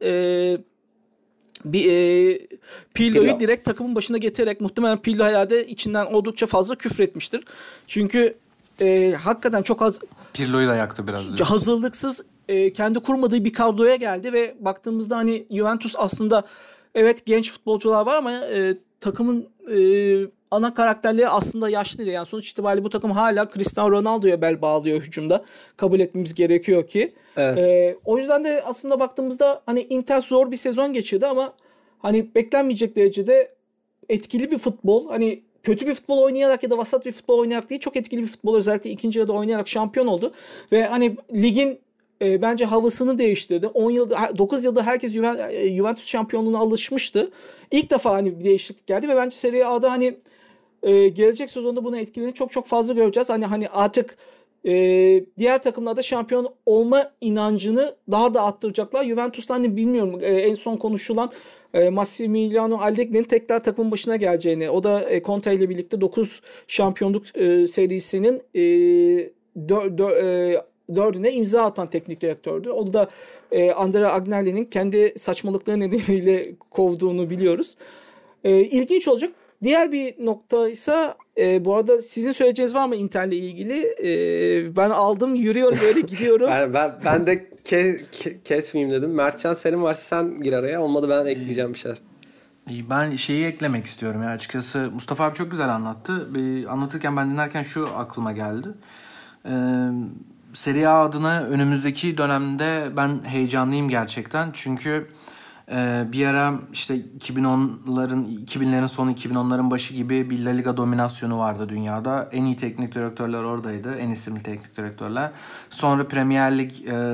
Pirlo'yu direkt takımın başına getirerek, muhtemelen Pirlo herhalde içinden oldukça fazla küfretmiştir. Çünkü hakikaten çok Pirlo'yu da yaktı biraz. Hazırlıksız kendi kurmadığı bir kadroya geldi ve baktığımızda hani Juventus aslında Evet, genç futbolcular var ama takımın ana karakterleri aslında yaşlı değil. Yani sonuç itibariyle bu takım hala Cristiano Ronaldo'ya bel bağlıyor hücumda. Kabul etmemiz gerekiyor ki. Evet. O yüzden de aslında baktığımızda hani Inter zor bir sezon geçirdi ama hani beklenmeyecek derecede etkili bir futbol. Hani kötü bir futbol oynayarak ya da vasat bir futbol oynayarak değil, çok etkili bir futbol, özellikle ikinci yarıda oynayarak şampiyon oldu. Ve hani ligin bence havasını değiştirdi. 10 yılda 9 yılda herkes Juventus şampiyonluğuna alışmıştı. İlk defa hani bir değişiklik geldi ve bence Serie A'da hani gelecek sezonda bunu etkilerini çok çok fazla göreceğiz. Hani artık diğer takımlarda şampiyon olma inancını daha da arttıracaklar. Juventus'tan hani bilmiyorum, en son konuşulan Massimiliano Allegri'nin tekrar takımın başına geleceğini, o da Conte ile birlikte 9 şampiyonluk serisinin 4'üne imza atan teknik direktördü. O da Andrea Agnelli'nin kendi saçmalıkları nedeniyle kovduğunu biliyoruz. İlginç olacak. Diğer bir nokta ise bu arada sizin söyleyeceğiniz var mı Inter'le ilgili? Ben aldım, yürüyorum, böyle gidiyorum. ben de kesmeyeyim dedim. Mertcan, senin varsa sen gir araya. Olmadı ben ekleyeceğim bir şeyler. Ben şeyi eklemek istiyorum ya, açıkçası Mustafa abi çok güzel anlattı. Anlatırken, ben dinlerken şu aklıma geldi. Serie A adına önümüzdeki dönemde ben heyecanlıyım gerçekten. Çünkü bir ara işte 2000'lerin sonu 2010'ların başı gibi bir La Liga dominasyonu vardı dünyada. En iyi teknik direktörler oradaydı. En isimli teknik direktörler. Sonra Premier Lig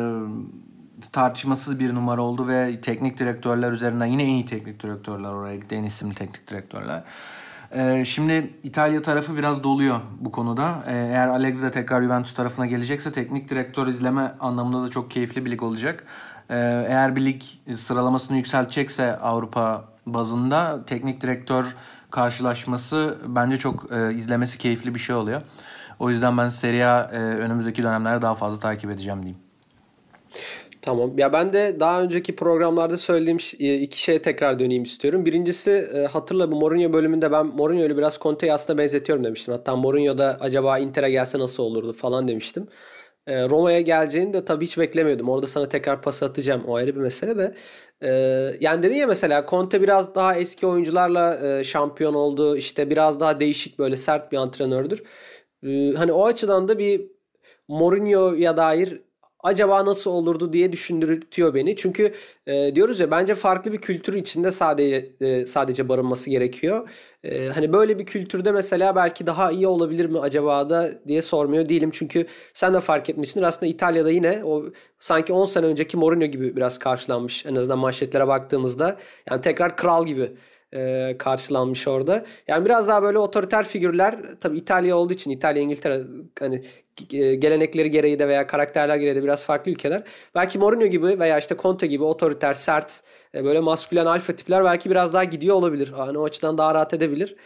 tartışmasız bir numara oldu ve teknik direktörler üzerinden yine en iyi teknik direktörler oraya gitti. En isimli teknik direktörler. Şimdi İtalya tarafı biraz doluyor bu konuda. Eğer Allegri de tekrar Juventus tarafına gelecekse teknik direktör izleme anlamında da çok keyifli bir lig olacak. Eğer bir lig sıralamasını yükseltecekse Avrupa bazında, teknik direktör karşılaşması bence çok izlemesi keyifli bir şey oluyor. O yüzden ben Serie A önümüzdeki dönemlerde daha fazla takip edeceğim diyeyim. Tamam. Ya ben de daha önceki programlarda söylediğim iki şeye tekrar döneyim istiyorum. Birincisi, hatırla, bu Mourinho bölümünde ben Mourinho'yu biraz Conte'yi aslında benzetiyorum demiştim. Hatta Mourinho'da acaba Inter'e gelse nasıl olurdu falan demiştim. Roma'ya geleceğini de tabii hiç beklemiyordum. Orada sana tekrar pas atacağım. O ayrı bir mesele de. Yani dedin ya, mesela Conte biraz daha eski oyuncularla şampiyon oldu. İşte biraz daha değişik, böyle sert bir antrenördür. Hani o açıdan da bir Mourinho'ya dair acaba nasıl olurdu diye düşündürtüyor beni. Çünkü diyoruz ya, bence farklı bir kültür içinde sadece barınması gerekiyor. Hani böyle bir kültürde mesela belki daha iyi olabilir mi acaba da diye sormuyor değilim. Çünkü sen de fark etmişsindir, aslında İtalya'da yine o sanki 10 sene önceki Mourinho gibi biraz karşılanmış. En azından manşetlere baktığımızda. Yani tekrar kral gibi karşılanmış orada. Yani biraz daha böyle otoriter figürler, tabii İtalya olduğu için, İtalya, İngiltere, hani gelenekleri gereği de veya karakterler gereği de biraz farklı ülkeler. Belki Mourinho gibi veya işte Conte gibi otoriter, sert, böyle maskülen alfa tipler belki biraz daha gidiyor olabilir. Yani o açıdan daha rahat edebilir.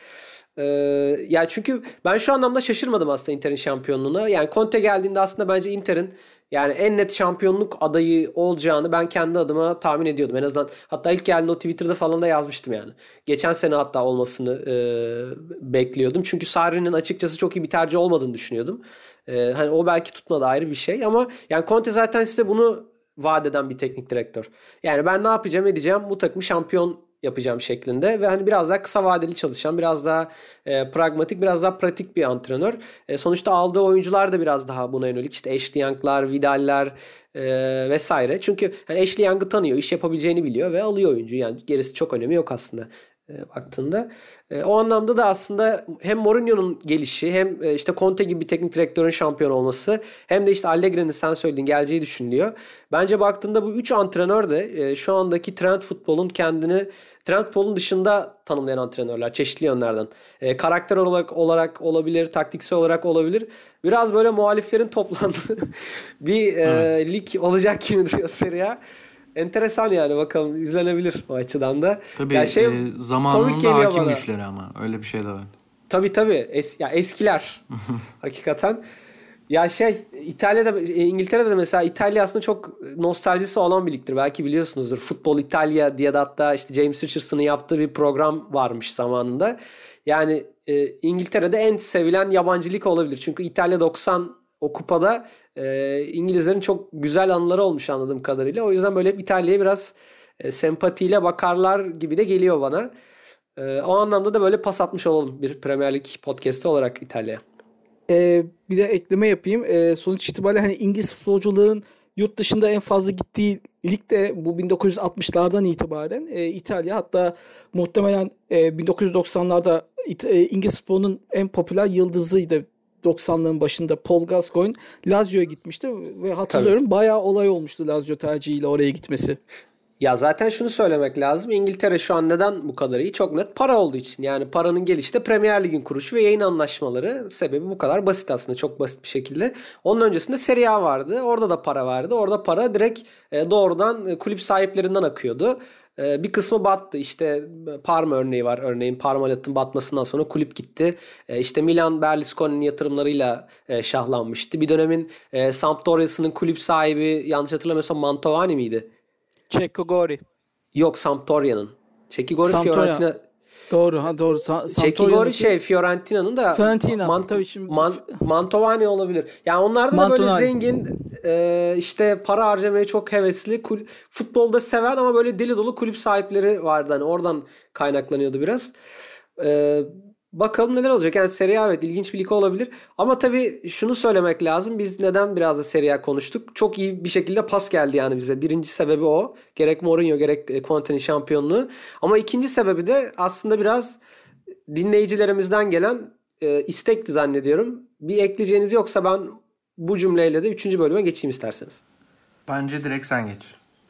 Yani çünkü ben şu anlamda şaşırmadım aslında Inter'in şampiyonluğuna. Yani Conte geldiğinde aslında bence Inter'in yani en net şampiyonluk adayı olacağını ben kendi adıma tahmin ediyordum. En azından hatta ilk geldiğinde o Twitter'da falan da yazmıştım yani. Geçen sene hatta olmasını bekliyordum. Çünkü Sarri'nin açıkçası çok iyi bir tercih olmadığını düşünüyordum. Hani o belki tutmadı, ayrı bir şey, ama yani Conte zaten size bunu vaat eden bir teknik direktör. Yani ben ne yapacağım edeceğim, bu takımı şampiyon yapacağım şeklinde ve hani biraz daha kısa vadeli çalışan, biraz daha pragmatik, biraz daha pratik bir antrenör. Sonuçta aldığı oyuncular da biraz daha buna yönelik. İşte Ashley Young'lar, Vidal'ler vesaire. Çünkü hani Ashley Young'ı tanıyor, iş yapabileceğini biliyor ve alıyor oyuncu. Yani gerisi çok önemi yok aslında baktığında. O anlamda da aslında hem Mourinho'nun gelişi, hem işte Conte gibi bir teknik direktörün şampiyon olması, hem de işte Allegri'nin sen söylediğin geleceği düşünülüyor. Bence baktığında bu 3 antrenör de şu andaki trend futbolun trend futbolun dışında tanımlayan antrenörler çeşitli yönlerden. Karakter olarak olabilir, taktiksel olarak olabilir. Biraz böyle muhaliflerin toplandığı bir lig olacak gibi duruyor Serie A. Enteresan yani, bakalım, izlenebilir o açıdan da. Tabii yani zamanında hakim güçleri, ama öyle bir şey de var. Tabii. Eskiler hakikaten. Ya İtalya'da, İngiltere'de de mesela, İtalya aslında çok nostaljisi olan bir ligdir. Belki biliyorsunuzdur. Futbol İtalya diye de hatta işte James Richardson'ın yaptığı bir program varmış zamanında. Yani İngiltere'de en sevilen yabancı lig olabilir. Çünkü İtalya 90 o kupada İngilizlerin çok güzel anıları olmuş anladığım kadarıyla. O yüzden böyle İtalya'ya biraz sempatiyle bakarlar gibi de geliyor bana. O anlamda da böyle pas atmış olalım bir Premier Lig podcast'i olarak İtalya'ya. Bir de ekleme yapayım. Sonuç itibariyle hani İngiliz futbolculuğun yurt dışında en fazla gittiği lig de bu 1960'lardan itibaren İtalya. Hatta muhtemelen 1990'larda İngiliz futbolunun en popüler yıldızıydı. 90'ların başında Paul Gascoigne Lazio'ya gitmişti ve hatırlıyorum Tabii. bayağı olay olmuştu Lazio tercihiyle oraya gitmesi. Ya zaten şunu söylemek lazım. İngiltere şu an neden bu kadar iyi? Çok net para olduğu için. Yani paranın gelişi de Premier Lig'in kuruşu ve yayın anlaşmaları. Sebebi bu kadar basit aslında. Çok basit bir şekilde. Onun öncesinde Serie A vardı. Orada da para vardı. Orada para direkt doğrudan kulüp sahiplerinden akıyordu. Bir kısmı battı. İşte Parma örneği var. Örneğin Parmalat'ın batmasından sonra kulüp gitti. İşte Milan Berlusconi'nin yatırımlarıyla şahlanmıştı. Bir dönemin Sampdoria'sının kulüp sahibi yanlış hatırlamıyorsam Mantovani miydi? Cecco Gori. Yok, Sampdoria'nın. Cecco Gori Fiorentina. Doğru. Cecco Gori Fiorentina'nın da Fiorentina. Tabii şimdi Mantovani olabilir. Yani onlarda da böyle zengin işte para harcamaya çok hevesli futbolda seven ama böyle deli dolu kulüp sahipleri vardı. Hani oradan kaynaklanıyordu biraz. Bakalım neler olacak. Yani Serie A evet ilginç bir lig olabilir. Ama tabii şunu söylemek lazım. Biz neden biraz da Serie A konuştuk? Çok iyi bir şekilde pas geldi yani bize. Birinci sebebi o. Gerek Mourinho gerek Conte'nin şampiyonluğu. Ama ikinci sebebi de aslında biraz dinleyicilerimizden gelen istekti zannediyorum. Bir ekleyeceğiniz yoksa ben bu cümleyle de 3. bölüme geçeyim isterseniz. Bence direkt sen geç.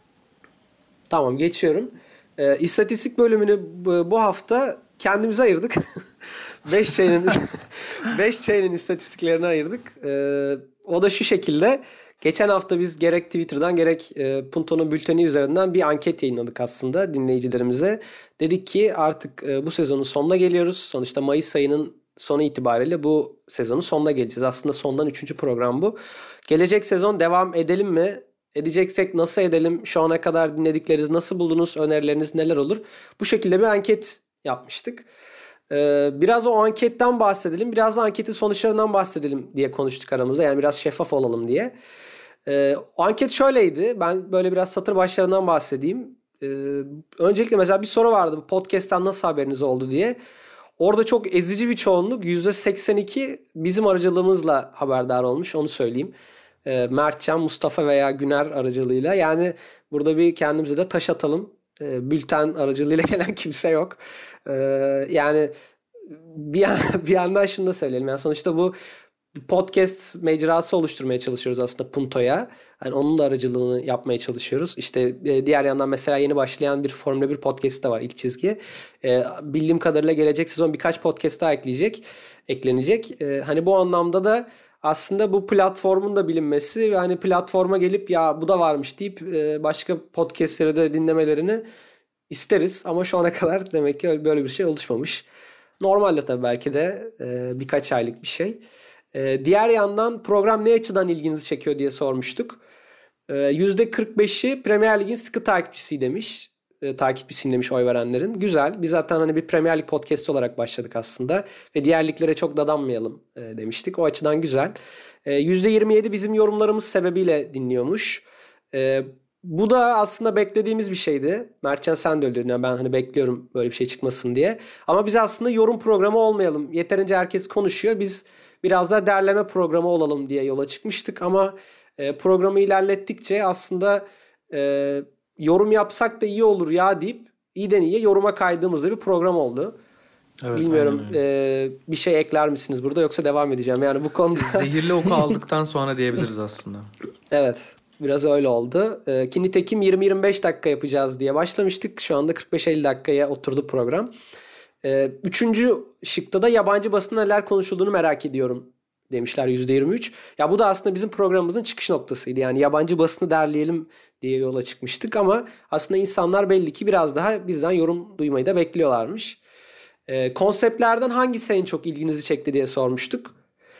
Tamam, geçiyorum. İstatistik bölümünü bu hafta kendimize ayırdık. 5 chain'in istatistiklerini ayırdık. O da şu şekilde. Geçen hafta biz gerek Twitter'dan gerek Punto'nun bülteni üzerinden bir anket yayınladık aslında dinleyicilerimize. Dedik ki artık bu sezonun sonuna geliyoruz. Sonuçta Mayıs ayının sonu itibariyle bu sezonun sonuna geleceğiz. Aslında sondan 3. program bu. Gelecek sezon devam edelim mi? Edeceksek nasıl edelim? Şu ana kadar dinledikleriniz nasıl buldunuz? Önerileriniz neler olur? Bu şekilde bir anket yapmıştık. Biraz o anketten bahsedelim. Biraz da anketin sonuçlarından bahsedelim diye konuştuk aramızda. Yani biraz şeffaf olalım diye. O anket şöyleydi. Ben böyle biraz satır başlarından bahsedeyim. Öncelikle mesela bir soru vardı. Bu podcast'ten nasıl haberiniz oldu diye. Orada çok ezici bir çoğunluk %82 bizim aracılığımızla haberdar olmuş. Onu söyleyeyim. Mertcan, Mustafa veya Güner aracılığıyla. Yani burada bir kendimize de taş atalım. Bülten aracılığıyla gelen kimse yok. Yani bir yandan şunu da söyleyelim. Yani sonuçta bu podcast mecrası oluşturmaya çalışıyoruz aslında Punto'ya. Yani onun da aracılığını yapmaya çalışıyoruz. İşte diğer yandan mesela yeni başlayan bir Formula 1 podcast da var, İlk Çizgi. Bildiğim kadarıyla gelecek sezon birkaç podcast daha eklenecek. Hani bu anlamda da aslında bu platformun da bilinmesi ve hani platforma gelip ya bu da varmış deyip başka podcastleri de dinlemelerini isteriz. Ama şu ana kadar demek ki böyle bir şey oluşmamış. Normalde tabii belki de birkaç aylık bir şey. Diğer yandan program ne açıdan ilginizi çekiyor diye sormuştuk. %45'i Premier Lig'in sıkı takipçisi demiş. Takipçisiyim demiş oy verenlerin. Güzel. Biz zaten hani bir Premier Lig podcast olarak başladık aslında. Ve diğer liglere çok dadanmayalım demiştik. O açıdan güzel. %27 bizim yorumlarımız sebebiyle dinliyormuş. Bu da aslında beklediğimiz bir şeydi. Mertcan sen de öyle dedin. Yani ben hani bekliyorum böyle bir şey çıkmasın diye. Ama biz aslında yorum programı olmayalım. Yeterince herkes konuşuyor. Biz biraz daha derleme programı olalım diye yola çıkmıştık. Ama programı ilerlettikçe aslında yorum yapsak da iyi olur ya deyip iyiden iyiye yoruma kaydığımızda bir program oldu. Evet, bilmiyorum bir şey ekler misiniz burada yoksa devam edeceğim. Yani bu konuda zehirli oku aldıktan sonra diyebiliriz aslında. Evet. Biraz öyle oldu. Ki nitekim 20-25 dakika yapacağız diye başlamıştık. Şu anda 45-50 dakikaya oturdu program. 3. şıkta da yabancı basında neler konuşulduğunu merak ediyorum demişler %23. Ya bu da aslında bizim programımızın çıkış noktasıydı. Yani yabancı basını derleyelim diye yola çıkmıştık ama aslında insanlar belli ki biraz daha bizden yorum duymayı da bekliyorlarmış. Konseptlerden hangisi en çok ilginizi çekti diye sormuştuk.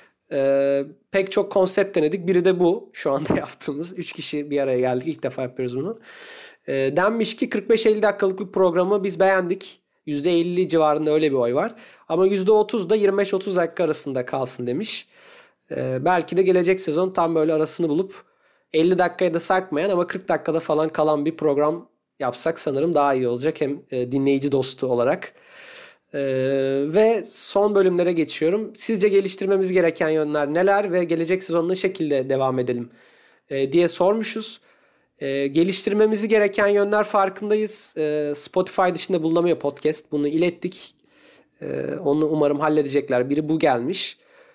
Pek çok konsept denedik. Biri de bu. Şu anda yaptığımız. 3 kişi bir araya geldik. İlk defa yapıyoruz bunu. Denmiş ki 45-50 dakikalık bir programı biz beğendik. %50 civarında öyle bir oy var. Ama %30 da 25-30 dakika arasında kalsın demiş. Belki de gelecek sezon tam böyle arasını bulup 50 dakikaya da sarkmayan ama 40 dakikada falan kalan bir program yapsak sanırım daha iyi olacak. Hem dinleyici dostu olarak. Ve son bölümlere geçiyorum. Sizce geliştirmemiz gereken yönler neler ve gelecek sezon ne şekilde devam edelim diye sormuşuz. Geliştirmemizi gereken yönler farkındayız. Spotify dışında bulunamıyor podcast. Bunu ilettik. Onu umarım halledecekler. Biri bu gelmiş.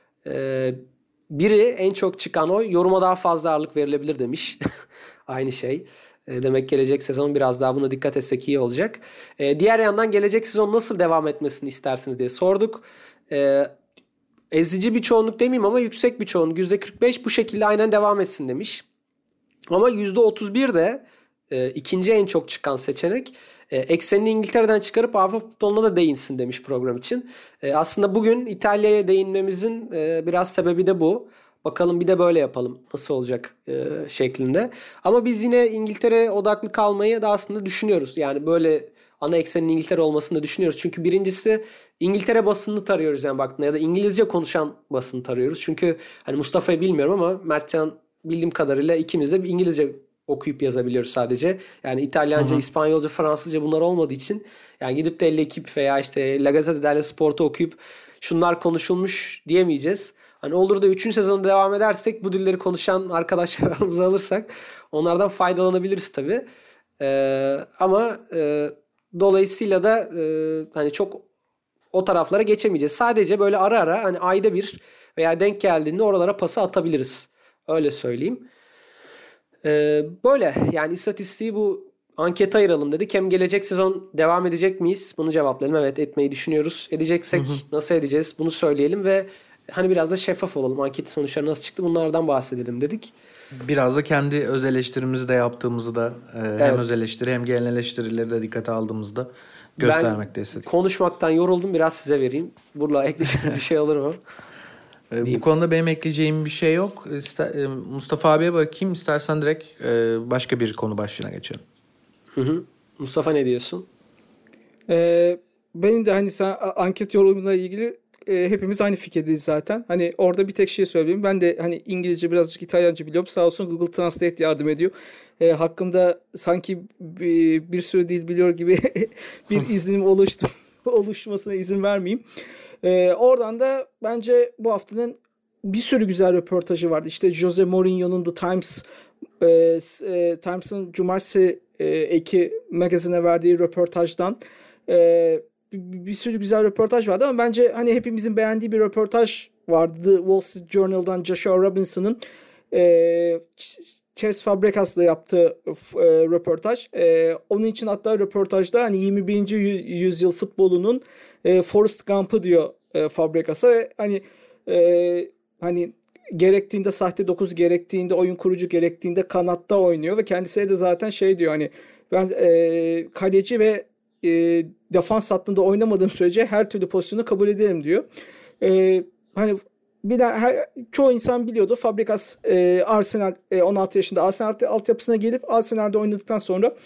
Biri en çok çıkan oy yoruma daha fazla ağırlık verilebilir demiş. Aynı şey. Demek gelecek sezon biraz daha buna dikkat etsek iyi olacak. Diğer yandan gelecek sezon nasıl devam etmesini istersiniz diye sorduk. Ezici bir çoğunluk demeyeyim ama yüksek bir çoğunluk %45 bu şekilde aynen devam etsin demiş. Ama %31 de ikinci en çok çıkan seçenek eksenini İngiltere'den çıkarıp Avrupa futboluna da değinsin demiş program için. Aslında bugün İtalya'ya değinmemizin biraz sebebi de bu. Bakalım bir de böyle yapalım nasıl olacak şeklinde. Ama biz yine İngiltere odaklı kalmayı da aslında düşünüyoruz. Yani böyle ana eksenin İngiltere olmasını da düşünüyoruz. Çünkü birincisi İngiltere basınını tarıyoruz yani baktığında ya da İngilizce konuşan basını tarıyoruz. Çünkü hani Mustafa'yı bilmiyorum ama Mertcan bildiğim kadarıyla ikimiz de İngilizce okuyup yazabiliyoruz sadece. Yani İtalyanca, İspanyolca, Fransızca bunlar olmadığı için yani gidip de L'Equipe veya işte La Gazzetta dello Sport'u okuyup şunlar konuşulmuş diyemeyeceğiz. Hani olur da 3. sezonu devam edersek bu dilleri konuşan arkadaşlarımızı alırsak onlardan faydalanabiliriz tabii. Ama dolayısıyla da hani çok o taraflara geçemeyeceğiz. Sadece böyle ara ara hani ayda bir veya denk geldiğinde oralara pası atabiliriz. Öyle söyleyeyim. Böyle yani istatistiği bu ankete ayıralım dedik. Hem gelecek sezon devam edecek miyiz? Bunu cevaplayalım. Evet etmeyi düşünüyoruz. Edeceksek nasıl edeceğiz? Bunu söyleyelim ve hani biraz da şeffaf olalım. Anket sonuçları nasıl çıktı? Bunlardan bahsedelim dedik. Biraz da kendi öz eleştirimizi de yaptığımızı da hem öz eleştiri hem genel eleştirileri de dikkate aldığımızda göstermek de istedik. Ben konuşmaktan yoruldum. Biraz size vereyim. Burada ekleyeceğiniz bir şey olur mu? Bu konuda benim ekleyeceğim bir şey yok. Mustafa abiye bakayım. İstersen direkt başka bir konu başlığına geçelim. Mustafa ne diyorsun? Benim de hani sen anket yorumuyla ilgili hepimiz aynı fikirdeyiz zaten. Hani orada bir tek şey söyleyeyim. Ben de hani İngilizce birazcık İtalyanca biliyorum. Sağ olsun Google Translate yardım ediyor. Hakkımda sanki bir sürü dil biliyor gibi bir izlenim oluşmasına izin vermeyeyim. Oradan da bence bu haftanın bir sürü güzel röportajı vardı. İşte Jose Mourinho'nun The Times Times'ın Cumartesi eki magazine verdiği röportajdan bir sürü güzel röportaj vardı ama bence hani hepimizin beğendiği bir röportaj vardı. The Wall Street Journal'dan Joshua Robinson'ın Cesc Fabregas'la yaptığı röportaj. Onun için hatta röportajda hani 21. yüzyıl futbolunun Forrest Gump'ı diyor Fabregas'a ve hani gerektiğinde sahte 9 gerektiğinde oyun kurucu gerektiğinde kanatta oynuyor ve kendisine de zaten şey diyor hani ben kaleci ve defans hattında oynamadığım sürece her türlü pozisyonu kabul ederim diyor. Hani çoğu insan biliyordu. Fabregas Arsenal 16 yaşında Arsenal altyapısına gelip Arsenal'de oynadıktan sonra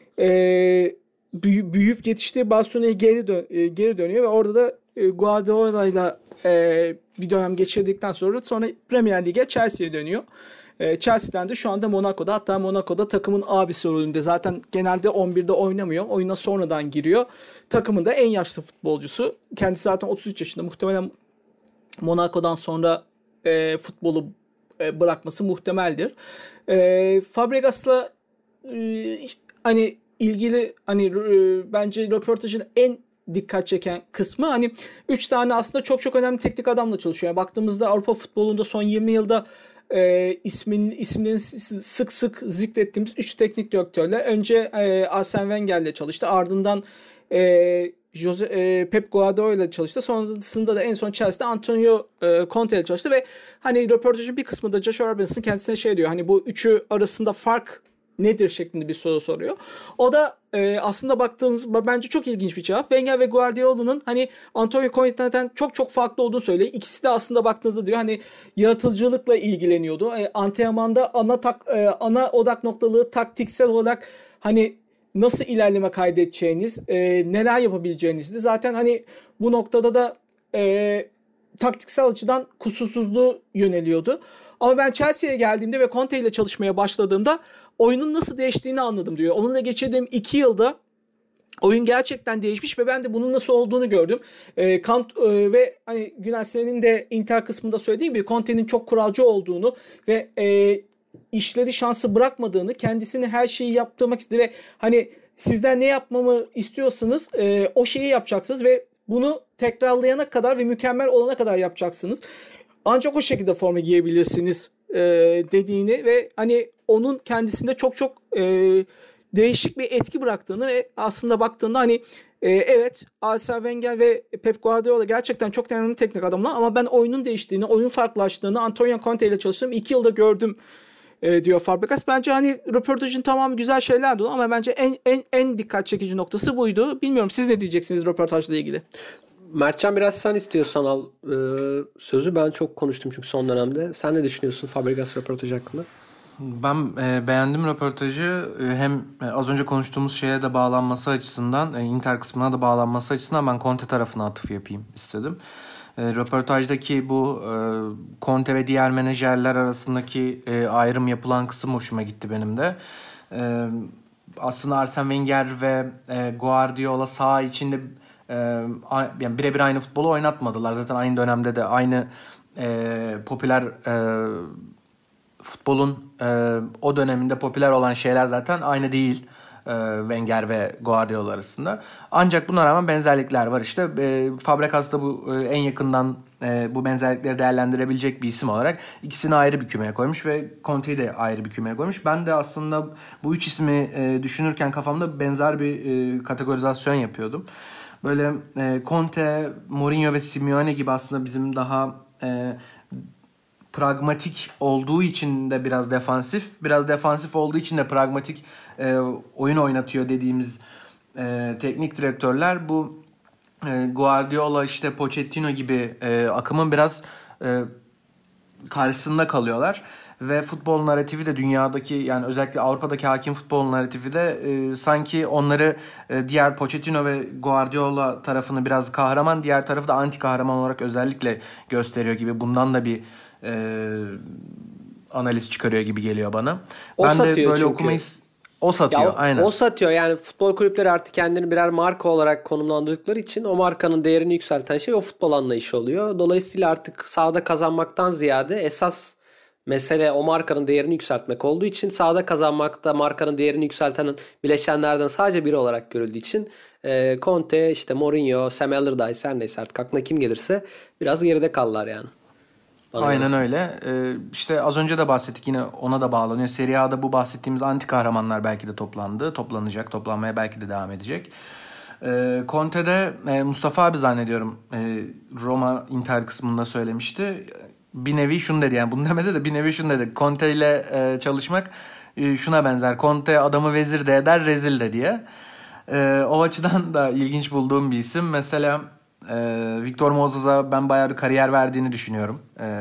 büyüyüp yetiştiği Barcelona'ya geri dönüyor ve orada da Guardiola'yla bir dönem geçirdikten sonra Premier Lig'e Chelsea'ye dönüyor. Chelsea'den de şu anda Monaco'da, hatta Monaco'da takımın abisi rolünde. Zaten genelde 11'de oynamıyor. Oyuna sonradan giriyor. Takımın da en yaşlı futbolcusu. Kendisi zaten 33 yaşında. Muhtemelen Monaco'dan sonra futbolu bırakması muhtemeldir. Fabregas'la hani ilgili hani bence röportajın en dikkat çeken kısmı hani 3 tane aslında çok önemli teknik adamla çalışıyor. Yani baktığımızda Avrupa futbolunda son 20 yılda isimlerini sık sık zikrettiğimiz 3 teknik direktörle önce Arsene Wenger'le çalıştı. Ardından Pep Guardiola ile çalıştı. Sonrasında da en son Chelsea'de Antonio Conte ile çalıştı ve hani röportajın bir kısmında Joshua Robinson kendisine şey diyor. Hani bu üçü arasında fark nedir şeklinde bir soru soruyor. O da aslında baktığımız bence çok ilginç bir cevap. Wenger ve Guardiola'nın hani Antonio Conte'den çok farklı olduğunu söylüyor. İkisi de aslında baktığınızda diyor hani yaratıcılıkla ilgileniyordu. Antrenmanda ana odak noktalığı taktiksel olarak hani nasıl ilerleme kaydedeceğiniz, neler yapabileceğinizdi. Zaten hani bu noktada da taktiksel açıdan kusursuzluğu yöneliyordu. Ama ben Chelsea'ye geldiğimde ve Conte ile çalışmaya başladığımda oyunun nasıl değiştiğini anladım diyor. Onunla geçirdiğim 2 yılda oyun gerçekten değişmiş ve ben de bunun nasıl olduğunu gördüm. Ve hani Günel senin de Inter kısmında söylediğin gibi Conte'nin çok kuralcı olduğunu ve işleri şansı bırakmadığını, kendisini her şeyi yaptırmak istediği ve hani sizden ne yapmamı istiyorsanız o şeyi yapacaksınız ve bunu tekrarlayana kadar ve mükemmel olana kadar yapacaksınız. Ancak o şekilde forma giyebilirsiniz dediğini ve hani onun kendisinde çok değişik bir etki bıraktığını ve aslında baktığında hani evet Arsene Wenger ve Pep Guardiola gerçekten çok önemli teknik adamlar ama ben oyunun değiştiğini, oyun farklılaştığını Antonio Conte ile çalıştığım 2 yılda gördüm diyor Fabregas. Bence hani röportajın tamamı güzel şeyler dolu ama bence en dikkat çekici noktası buydu. Bilmiyorum siz ne diyeceksiniz röportajla ilgili? Mertcan biraz sen istiyorsan al sözü. Ben çok konuştum çünkü son dönemde. Sen ne düşünüyorsun Fabregas röportajı hakkında? Ben beğendim röportajı. Hem az önce konuştuğumuz şeye de bağlanması açısından, Inter kısmına da bağlanması açısından ben Conte tarafına atıf yapayım istedim. Röportajdaki bu Conte ve diğer menajerler arasındaki ayrım yapılan kısım hoşuma gitti benim de. Aslında Arsene Wenger ve Guardiola saha içinde yani birebir aynı futbolu oynatmadılar. Zaten aynı dönemde de aynı popüler futbolun o döneminde popüler olan şeyler zaten aynı değil Wenger ve Guardiola arasında. Ancak buna rağmen benzerlikler var işte. Fabregas da bu en yakından bu benzerlikleri değerlendirebilecek bir isim olarak ikisini ayrı bir kümeye koymuş ve Conte'yi de ayrı bir kümeye koymuş. Ben de aslında bu üç ismi düşünürken kafamda benzer bir kategorizasyon yapıyordum. Böyle Conte, Mourinho ve Simeone gibi aslında bizim daha pragmatik olduğu için de biraz defansif olduğu için de pragmatik oyun oynatıyor dediğimiz teknik direktörler. Bu Guardiola, işte Pochettino gibi akımın biraz karşısında kalıyorlar. Ve futbol narratifi de dünyadaki, yani özellikle Avrupa'daki hakim futbol narratifi de sanki onları diğer Pochettino ve Guardiola tarafını biraz kahraman, diğer tarafı da anti kahraman olarak özellikle gösteriyor gibi. Bundan da bir analiz çıkarıyor gibi geliyor bana. O ben de böyle çünkü. okumayı o satıyor, aynen. O satıyor yani futbol kulüpleri artık kendini birer marka olarak konumlandırdıkları için o markanın değerini yükselten şey o futbol anlayışı oluyor. Dolayısıyla artık sahada kazanmaktan ziyade esas mesele o markanın değerini yükseltmek olduğu için sahada kazanmakta markanın değerini yükselten bileşenlerden sadece biri olarak görüldüğü için Conte, işte Mourinho, Sam Allardyce her neyse artık aklına kim gelirse biraz geride kaldılar yani. Aynen öyle. İşte az önce de bahsettik, yine ona da bağlanıyor. Serie A'da bu bahsettiğimiz anti kahramanlar belki de toplanacak, toplanmaya belki de devam edecek. Conte'de Mustafa abi zannediyorum Roma Inter kısmında söylemişti. Bir nevi şunu dedi, yani bunu demedi de bir nevi şunu dedi. Conte ile çalışmak şuna benzer. Conte adamı vezir de eder, rezil de diye. O açıdan da ilginç bulduğum bir isim. Mesela Victor Moses'a ben bayağı bir kariyer verdiğini düşünüyorum.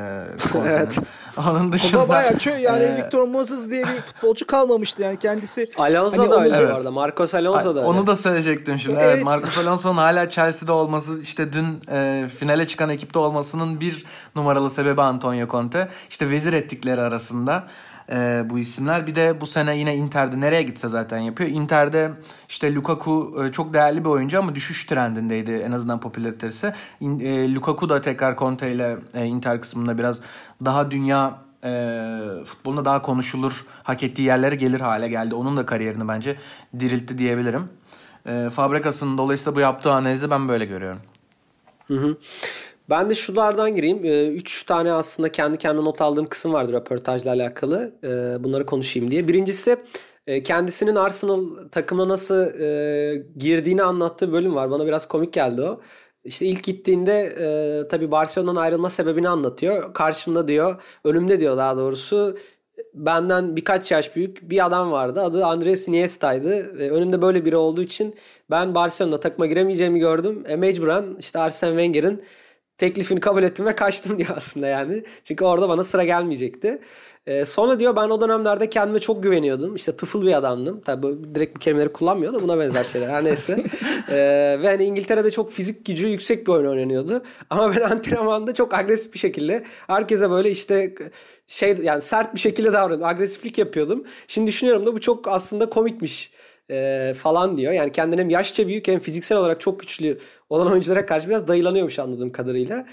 Evet. Onun dışında Baba bayağı yani Victor Moses diye bir futbolcu kalmamıştı yani kendisi. Alonso hani da öyle evet. bu arada. Marcos Alonso da öyle. Onu da söyleyecektim şimdi. Evet, Marcos Alonso'nun hala Chelsea'de olması, işte dün finale çıkan ekipte olmasının bir numaralı sebebi Antonio Conte. İşte vezir ettikleri arasında bu isimler. Bir de bu sene yine Inter'de nereye gitse zaten yapıyor. Inter'de işte Lukaku çok değerli bir oyuncu ama düşüş trendindeydi en azından popülaritesi. Lukaku da tekrar Conte ile Inter kısmında biraz daha dünya futbolunda daha konuşulur, hak ettiği yerlere gelir hale geldi. Onun da kariyerini bence diriltti diyebilirim. Fabregas'ın dolayısıyla bu yaptığı analizi ben böyle görüyorum. Hı. Ben de şulardan gireyim. 3 tane aslında kendi kendime not aldığım kısım vardı röportajla alakalı. Bunları konuşayım diye. Birincisi kendisinin Arsenal takımına nasıl girdiğini anlattığı bölüm var. Bana biraz komik geldi o. İşte ilk gittiğinde tabii Barcelona'dan ayrılma sebebini anlatıyor. Karşımda diyor, önümde diyor daha doğrusu benden birkaç yaş büyük bir adam vardı. Adı Andres Iniesta'ydı. Önümde böyle biri olduğu için ben Barcelona takıma giremeyeceğimi gördüm. Mecburen işte Arsene Wenger'in teklifini kabul ettim ve kaçtım diyor aslında yani. Çünkü orada bana sıra gelmeyecekti. Sonra diyor ben o dönemlerde kendime çok güveniyordum. İşte tıfıl bir adamdım. Tabii direkt bu kelimeleri kullanmıyor da buna benzer şeyler. Her neyse. Ve hani İngiltere'de çok fizik gücü yüksek bir oyun oynanıyordu. Ama ben antrenmanda çok agresif bir şekilde herkese böyle işte yani sert bir şekilde davranıyordum. Agresiflik yapıyordum. Şimdi düşünüyorum da bu çok aslında komikmiş falan diyor. Yani kendine hem yaşça büyük hem fiziksel olarak çok güçlü olan oyunculara karşı biraz dayılanıyormuş anladığım kadarıyla.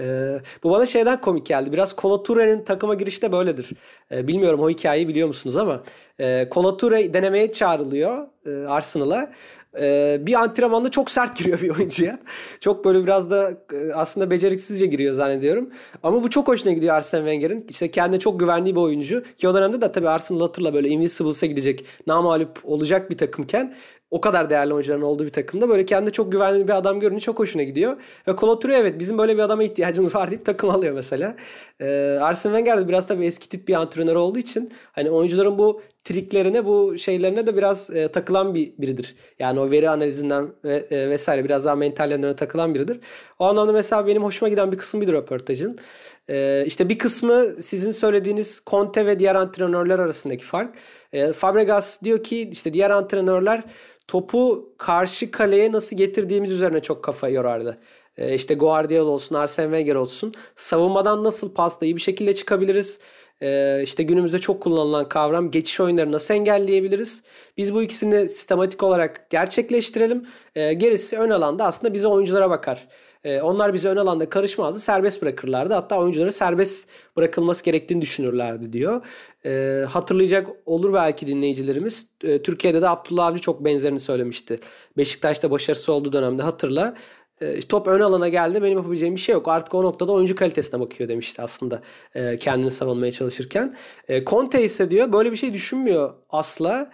Bu bana şeyden komik geldi. Biraz Kolo Toure'nin takıma girişi de böyledir. Bilmiyorum o hikayeyi biliyor musunuz ama Kolo Toure denemeye çağrılıyor Arsenal'a. Bir antrenmanda çok sert giriyor bir oyuncuya. Çok böyle biraz da aslında beceriksizce giriyor zannediyorum. Ama bu çok hoşuna gidiyor Arsene Wenger'in. İşte kendine çok güvendiği bir oyuncu. Ki o dönemde de tabii Arsenal hatırla böyle Invincibles'a gidecek, namağlup olacak bir takımken o kadar değerli oyuncuların olduğu bir takımda böyle kendine çok güvenli bir adam görünce çok hoşuna gidiyor. Ve Kolo Toure evet bizim böyle bir adama ihtiyacımız var deyip takım alıyor mesela. Arsene Wenger de biraz tabii eski tip bir antrenör olduğu için hani oyuncuların bu triklerine, bu şeylerine de biraz takılan biridir. Yani o veri analizinden vesaire biraz daha mental yönlerine takılan biridir. O anlamda mesela benim hoşuma giden bir kısım bir röportajın. İşte bir kısmı sizin söylediğiniz Conte ve diğer antrenörler arasındaki fark. Fabregas diyor ki işte diğer antrenörler topu karşı kaleye nasıl getirdiğimiz üzerine çok kafa yorardı. İşte Guardiola olsun, Arsene Wenger olsun. Savunmadan nasıl pasla iyi bir şekilde çıkabiliriz? İşte günümüzde çok kullanılan kavram geçiş oyunları nasıl engelleyebiliriz? Biz bu ikisini sistematik olarak gerçekleştirelim. Gerisi ön alanda aslında bize oyunculara bakar. Onlar bize ön alanda karışmazdı, serbest bırakırlardı. Hatta oyuncuları serbest bırakılması gerektiğini düşünürlerdi diyor. Hatırlayacak olur belki dinleyicilerimiz. Türkiye'de de Abdullah Avcı çok benzerini söylemişti. Beşiktaş'ta başarısı olduğu dönemde hatırla. Top ön alana geldi benim yapabileceğim bir şey yok. Artık o noktada oyuncu kalitesine bakıyor demişti aslında kendini savunmaya çalışırken. Conte ise diyor böyle bir şey düşünmüyor asla.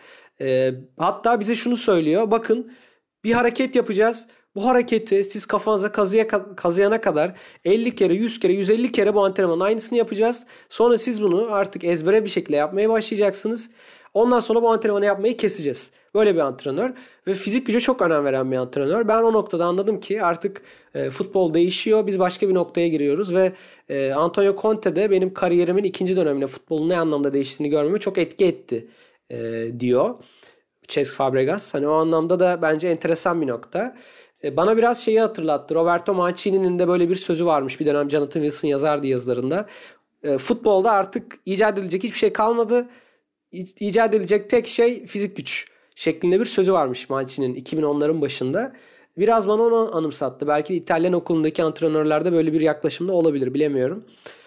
Hatta bize şunu söylüyor. Bakın bir hareket yapacağız. Bu hareketi siz kafanıza kazıyana kadar 50 kere, 100 kere, 150 kere bu antrenmanın aynısını yapacağız. Sonra siz bunu artık ezbere bir şekilde yapmaya başlayacaksınız. Ondan sonra bu antrenmanı yapmayı keseceğiz. Böyle bir antrenör ve fizik güce çok önem veren bir antrenör. Ben o noktada anladım ki artık futbol değişiyor. Biz başka bir noktaya giriyoruz ve Antonio Conte de benim kariyerimin ikinci döneminde futbolun ne anlamda değiştiğini görmeme çok etki etti diyor. Cesc Fabregas. Hani o anlamda da bence enteresan bir nokta. Bana biraz şeyi hatırlattı. Roberto Mancini'nin de böyle bir sözü varmış. Bir dönem Jonathan Wilson yazardı yazılarında. Futbolda artık icat edilecek hiçbir şey kalmadı. İcat edilecek tek şey fizik güç şeklinde bir sözü varmış Mancini'nin 2010'ların başında. Biraz bana onu anımsattı. Belki İtalyan okulundaki antrenörlerde böyle bir yaklaşımda olabilir bilemiyorum.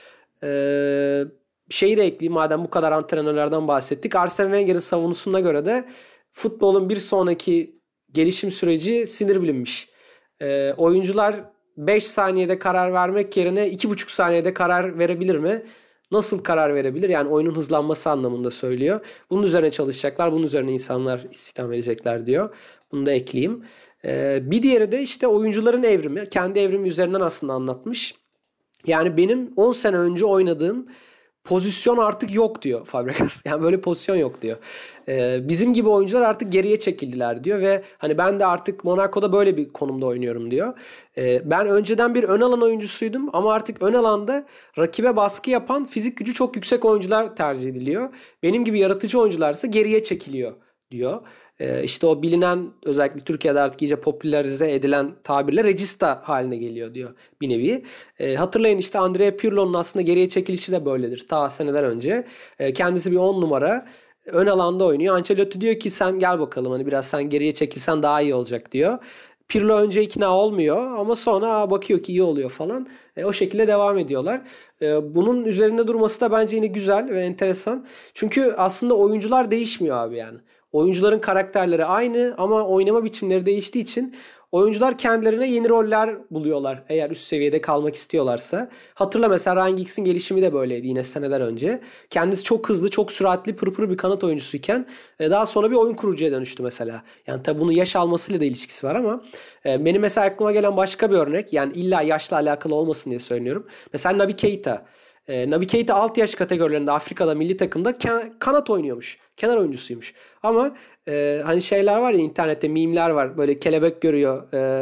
Şeyi de ekleyeyim madem bu kadar antrenörlerden bahsettik. Arsene Wenger'in savunusuna göre de futbolun bir sonraki gelişim süreci sinir bilinmiş. Oyuncular 5 saniyede karar vermek yerine 2,5 saniyede karar verebilir mi? Nasıl karar verebilir? Yani oyunun hızlanması anlamında söylüyor. Bunun üzerine çalışacaklar. Bunun üzerine insanlar istihdam edecekler diyor. Bunu da ekleyeyim. Bir diğeri de işte oyuncuların evrimi. Kendi evrimi üzerinden aslında anlatmış. Yani benim 10 sene önce oynadığım pozisyon artık yok diyor Fabregas. Yani böyle pozisyon yok diyor. Bizim gibi oyuncular artık geriye çekildiler diyor ve hani ben de artık Monaco'da böyle bir konumda oynuyorum diyor. Ben önceden bir ön alan oyuncusuydum ama artık ön alanda rakibe baskı yapan fizik gücü çok yüksek oyuncular tercih ediliyor. Benim gibi yaratıcı oyuncularsa geriye çekiliyor diyor. İşte o bilinen özellikle Türkiye'de artık iyice popülerize edilen tabirle regista haline geliyor diyor bir nevi. Hatırlayın işte Andrea Pirlo'nun aslında geriye çekilişi de böyledir. Ta seneler önce. Kendisi bir 10 numara ön alanda oynuyor. Ancelotti diyor ki sen gel bakalım hani biraz sen geriye çekilsen daha iyi olacak diyor. Pirlo önce ikna olmuyor ama sonra bakıyor ki iyi oluyor falan. O şekilde devam ediyorlar. Bunun üzerinde durması da bence yine güzel ve enteresan. Çünkü aslında oyuncular değişmiyor abi yani. Oyuncuların karakterleri aynı ama oynama biçimleri değiştiği için oyuncular kendilerine yeni roller buluyorlar eğer üst seviyede kalmak istiyorlarsa. Hatırla mesela Ryan Giggs'in gelişimi de böyleydi yine seneler önce. Kendisi çok hızlı, çok süratli, pırpır bir kanat oyuncusuyken daha sonra bir oyun kurucuya dönüştü mesela. Yani tabii bunun yaş almasıyla da ilişkisi var ama benim mesela aklıma gelen başka bir örnek yani illa yaşla alakalı olmasın diye söylüyorum. Mesela Naby Keita. Naby Keita alt yaş kategorilerinde Afrika'da milli takımda kanat oynuyormuş. Kenar oyuncusuymuş. Ama hani şeyler var ya internette meme'ler var. Böyle kelebek görüyor.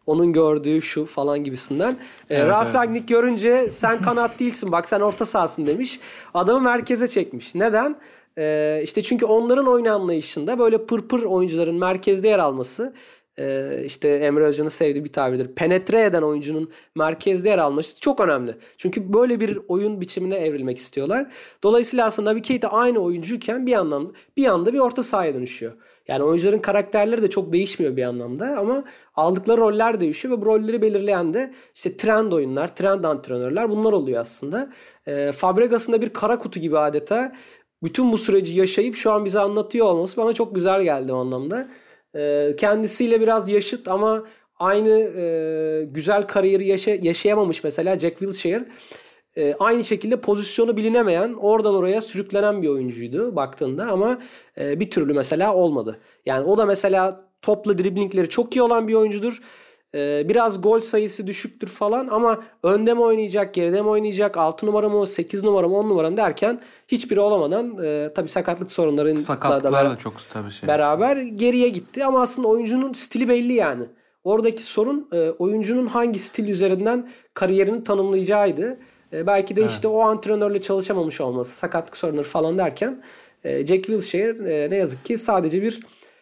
onun gördüğü şu falan gibisinden. Ralf Rangnick görünce sen kanat değilsin bak sen orta sahasın demiş. Adamı merkeze çekmiş. Neden? İşte çünkü onların oyun anlayışında böyle pırpır oyuncuların merkezde yer alması, işte Emre Hoca'nın sevdiği bir tabirdir, penetre eden oyuncunun merkezde yer alması çok önemli. Çünkü böyle bir oyun biçimine evrilmek istiyorlar. Dolayısıyla aslında Naby Keita aynı oyuncuyken bir anda bir orta sahaya dönüşüyor. Yani oyuncuların karakterleri de çok değişmiyor bir anlamda ama aldıkları roller değişiyor ve bu rolleri belirleyen de işte trend oyunlar, trend antrenörler bunlar oluyor aslında. Fabregas'ın da bir kara kutu gibi adeta bütün bu süreci yaşayıp şu an bize anlatıyor olması bana çok güzel geldi o anlamda. Kendisiyle biraz yaşıt ama aynı güzel kariyeri yaşayamamış mesela Jack Wilshere. Aynı şekilde pozisyonu bilinemeyen, oradan oraya sürüklenen bir oyuncuydu baktığında ama bir türlü mesela olmadı. Yani o da mesela topla driblingleri çok iyi olan bir oyuncudur. Biraz gol sayısı düşüktür falan ama önde mi oynayacak, geride mi oynayacak, 6 numara mı, 8 numara mı, 10 numara mı derken hiçbiri olamadan tabii sakatlık sorunlarıyla çok tabii beraber geriye gitti. Ama aslında oyuncunun stili belli yani. Oradaki sorun oyuncunun hangi stil üzerinden kariyerini tanımlayacağıydı. Belki de işte o antrenörle çalışamamış olması, sakatlık sorunları falan derken Jack Wilshere ne yazık ki sadece bir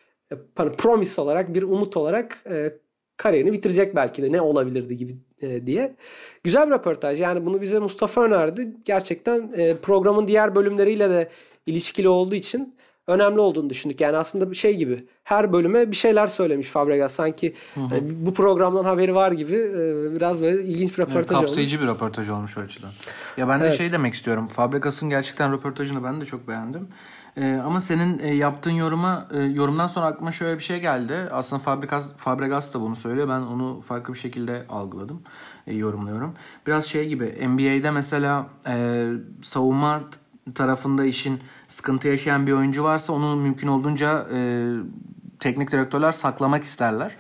promise olarak, bir umut olarak kariyerini bitirecek belki de ne olabilirdi gibi diye. Güzel bir röportaj. Yani bunu bize Mustafa önerdi. Gerçekten programın diğer bölümleriyle de ilişkili olduğu için önemli olduğunu düşündük. Yani aslında bir şey gibi her bölüme bir şeyler söylemiş Fabregas. Sanki bu programdan haberi var gibi biraz böyle ilginç bir röportaj olmuş. Kapsayıcı bir röportaj olmuş o açıdan. Ya ben de şey demek istiyorum. Fabregas'ın gerçekten röportajını ben de çok beğendim. Ama senin yaptığın yorumdan sonra aklıma şöyle bir şey geldi. Aslında Fabregas da bunu söylüyor. Ben onu farklı bir şekilde algıladım. Yorumluyorum. Biraz şey gibi NBA'de mesela savunma tarafında işin sıkıntı yaşayan bir oyuncu varsa onu mümkün olduğunca teknik direktörler saklamak isterler.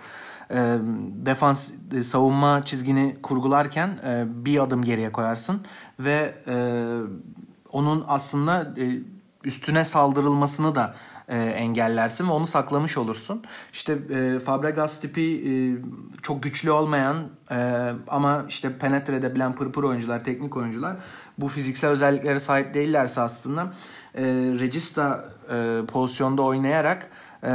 Defans savunma çizgini kurgularken bir adım geriye koyarsın ve onun aslında üstüne saldırılmasını da engellersin ve onu saklamış olursun. İşte Fabregas tipi çok güçlü olmayan ama işte penetre edebilen pırpır oyuncular, teknik oyuncular bu fiziksel özelliklere sahip değillerse aslında regista pozisyonda oynayarak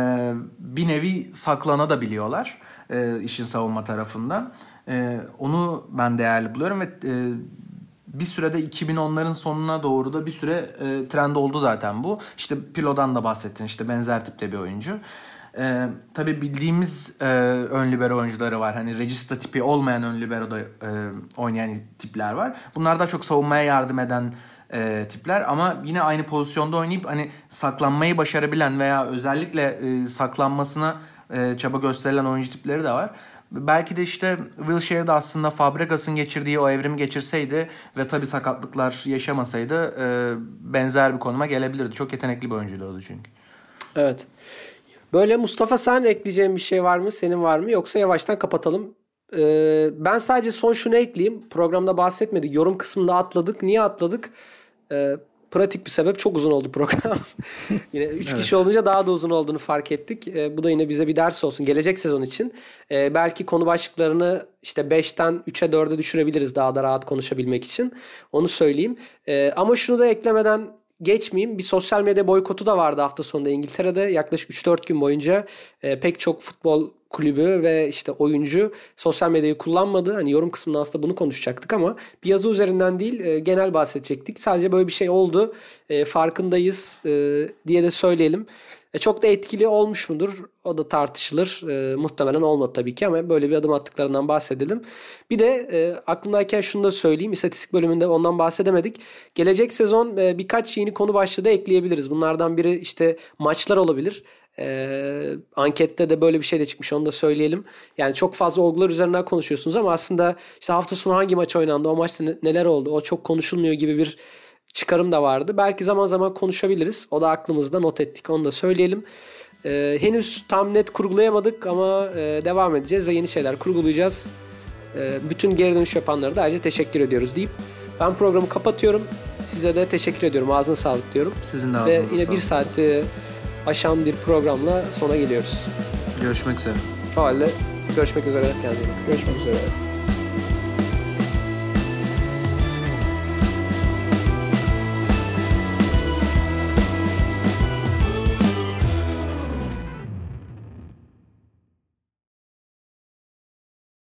bir nevi saklanabiliyorlar işin savunma tarafında. Onu ben değerli buluyorum ve bir sürede 2010'ların sonuna doğru da bir süre trend oldu zaten bu. İşte Pirlo'dan da bahsettin, işte benzer tipte bir oyuncu. Tabii bildiğimiz ön libero oyuncuları var. Hani regista tipi olmayan ön libero'da oynayan tipler var. Bunlar daha çok savunmaya yardım eden tipler ama yine aynı pozisyonda oynayıp hani saklanmayı başarabilen veya özellikle saklanmasına çaba gösterilen oyuncu tipleri de var. Belki de işte Wilshere de aslında Fabregas'ın geçirdiği o evrimi geçirseydi ve tabii sakatlıklar yaşamasaydı benzer bir konuma gelebilirdi. Çok yetenekli bir oyuncuydu o da çünkü. Evet. Böyle Mustafa sen ekleyeceğin bir şey var mı? Senin var mı? Yoksa yavaştan kapatalım. Ben sadece son şunu ekleyeyim. Programda bahsetmedik. Yorum kısmında atladık. Niye atladık? Pratik bir sebep. Çok uzun oldu program. Yine 3 kişi olunca daha da uzun olduğunu fark ettik. Bu da yine bize bir ders olsun. Gelecek sezon için. Belki konu başlıklarını işte 5'ten 3'e 4'e düşürebiliriz daha da rahat konuşabilmek için. Onu söyleyeyim. Ama şunu da eklemeden geçmeyeyim. Bir sosyal medya boykotu da vardı hafta sonunda İngiltere'de. Yaklaşık 3-4 gün boyunca pek çok futbol kulübü ve işte oyuncu sosyal medyayı kullanmadı. Hani yorum kısmında aslında bunu konuşacaktık ama bir yazı üzerinden değil genel bahsedecektik. Sadece böyle bir şey oldu. Farkındayız diye de söyleyelim. Çok da etkili olmuş mudur? O da tartışılır. Muhtemelen olmadı tabii ki ama böyle bir adım attıklarından bahsedelim. Bir de aklımdayken şunu da söyleyeyim. İstatistik bölümünde ondan bahsedemedik. Gelecek sezon birkaç yeni konu başlığı da ekleyebiliriz. Bunlardan biri işte maçlar olabilir. Ankette de böyle bir şey de çıkmış, onu da söyleyelim. Yani çok fazla olgular üzerinden konuşuyorsunuz ama aslında işte hafta sonu hangi maç oynandı, o maçta neler oldu, o çok konuşulmuyor gibi bir çıkarım da vardı. Belki zaman zaman konuşabiliriz. O da aklımızda, not ettik, onu da söyleyelim. Henüz tam net kurgulayamadık ama devam edeceğiz ve yeni şeyler kurgulayacağız. Bütün geri dönüş yapanlara da ayrıca teşekkür ediyoruz deyip ben programı kapatıyorum. Size de teşekkür ediyorum. Ağzına sağlık diyorum. Sizin de ağzınıza sağlık. Ve yine bir saati aşan bir programla sona geliyoruz. Görüşmek üzere. O halde Görüşmek üzere. Kendinize iyi bakın. Görüşmek üzere.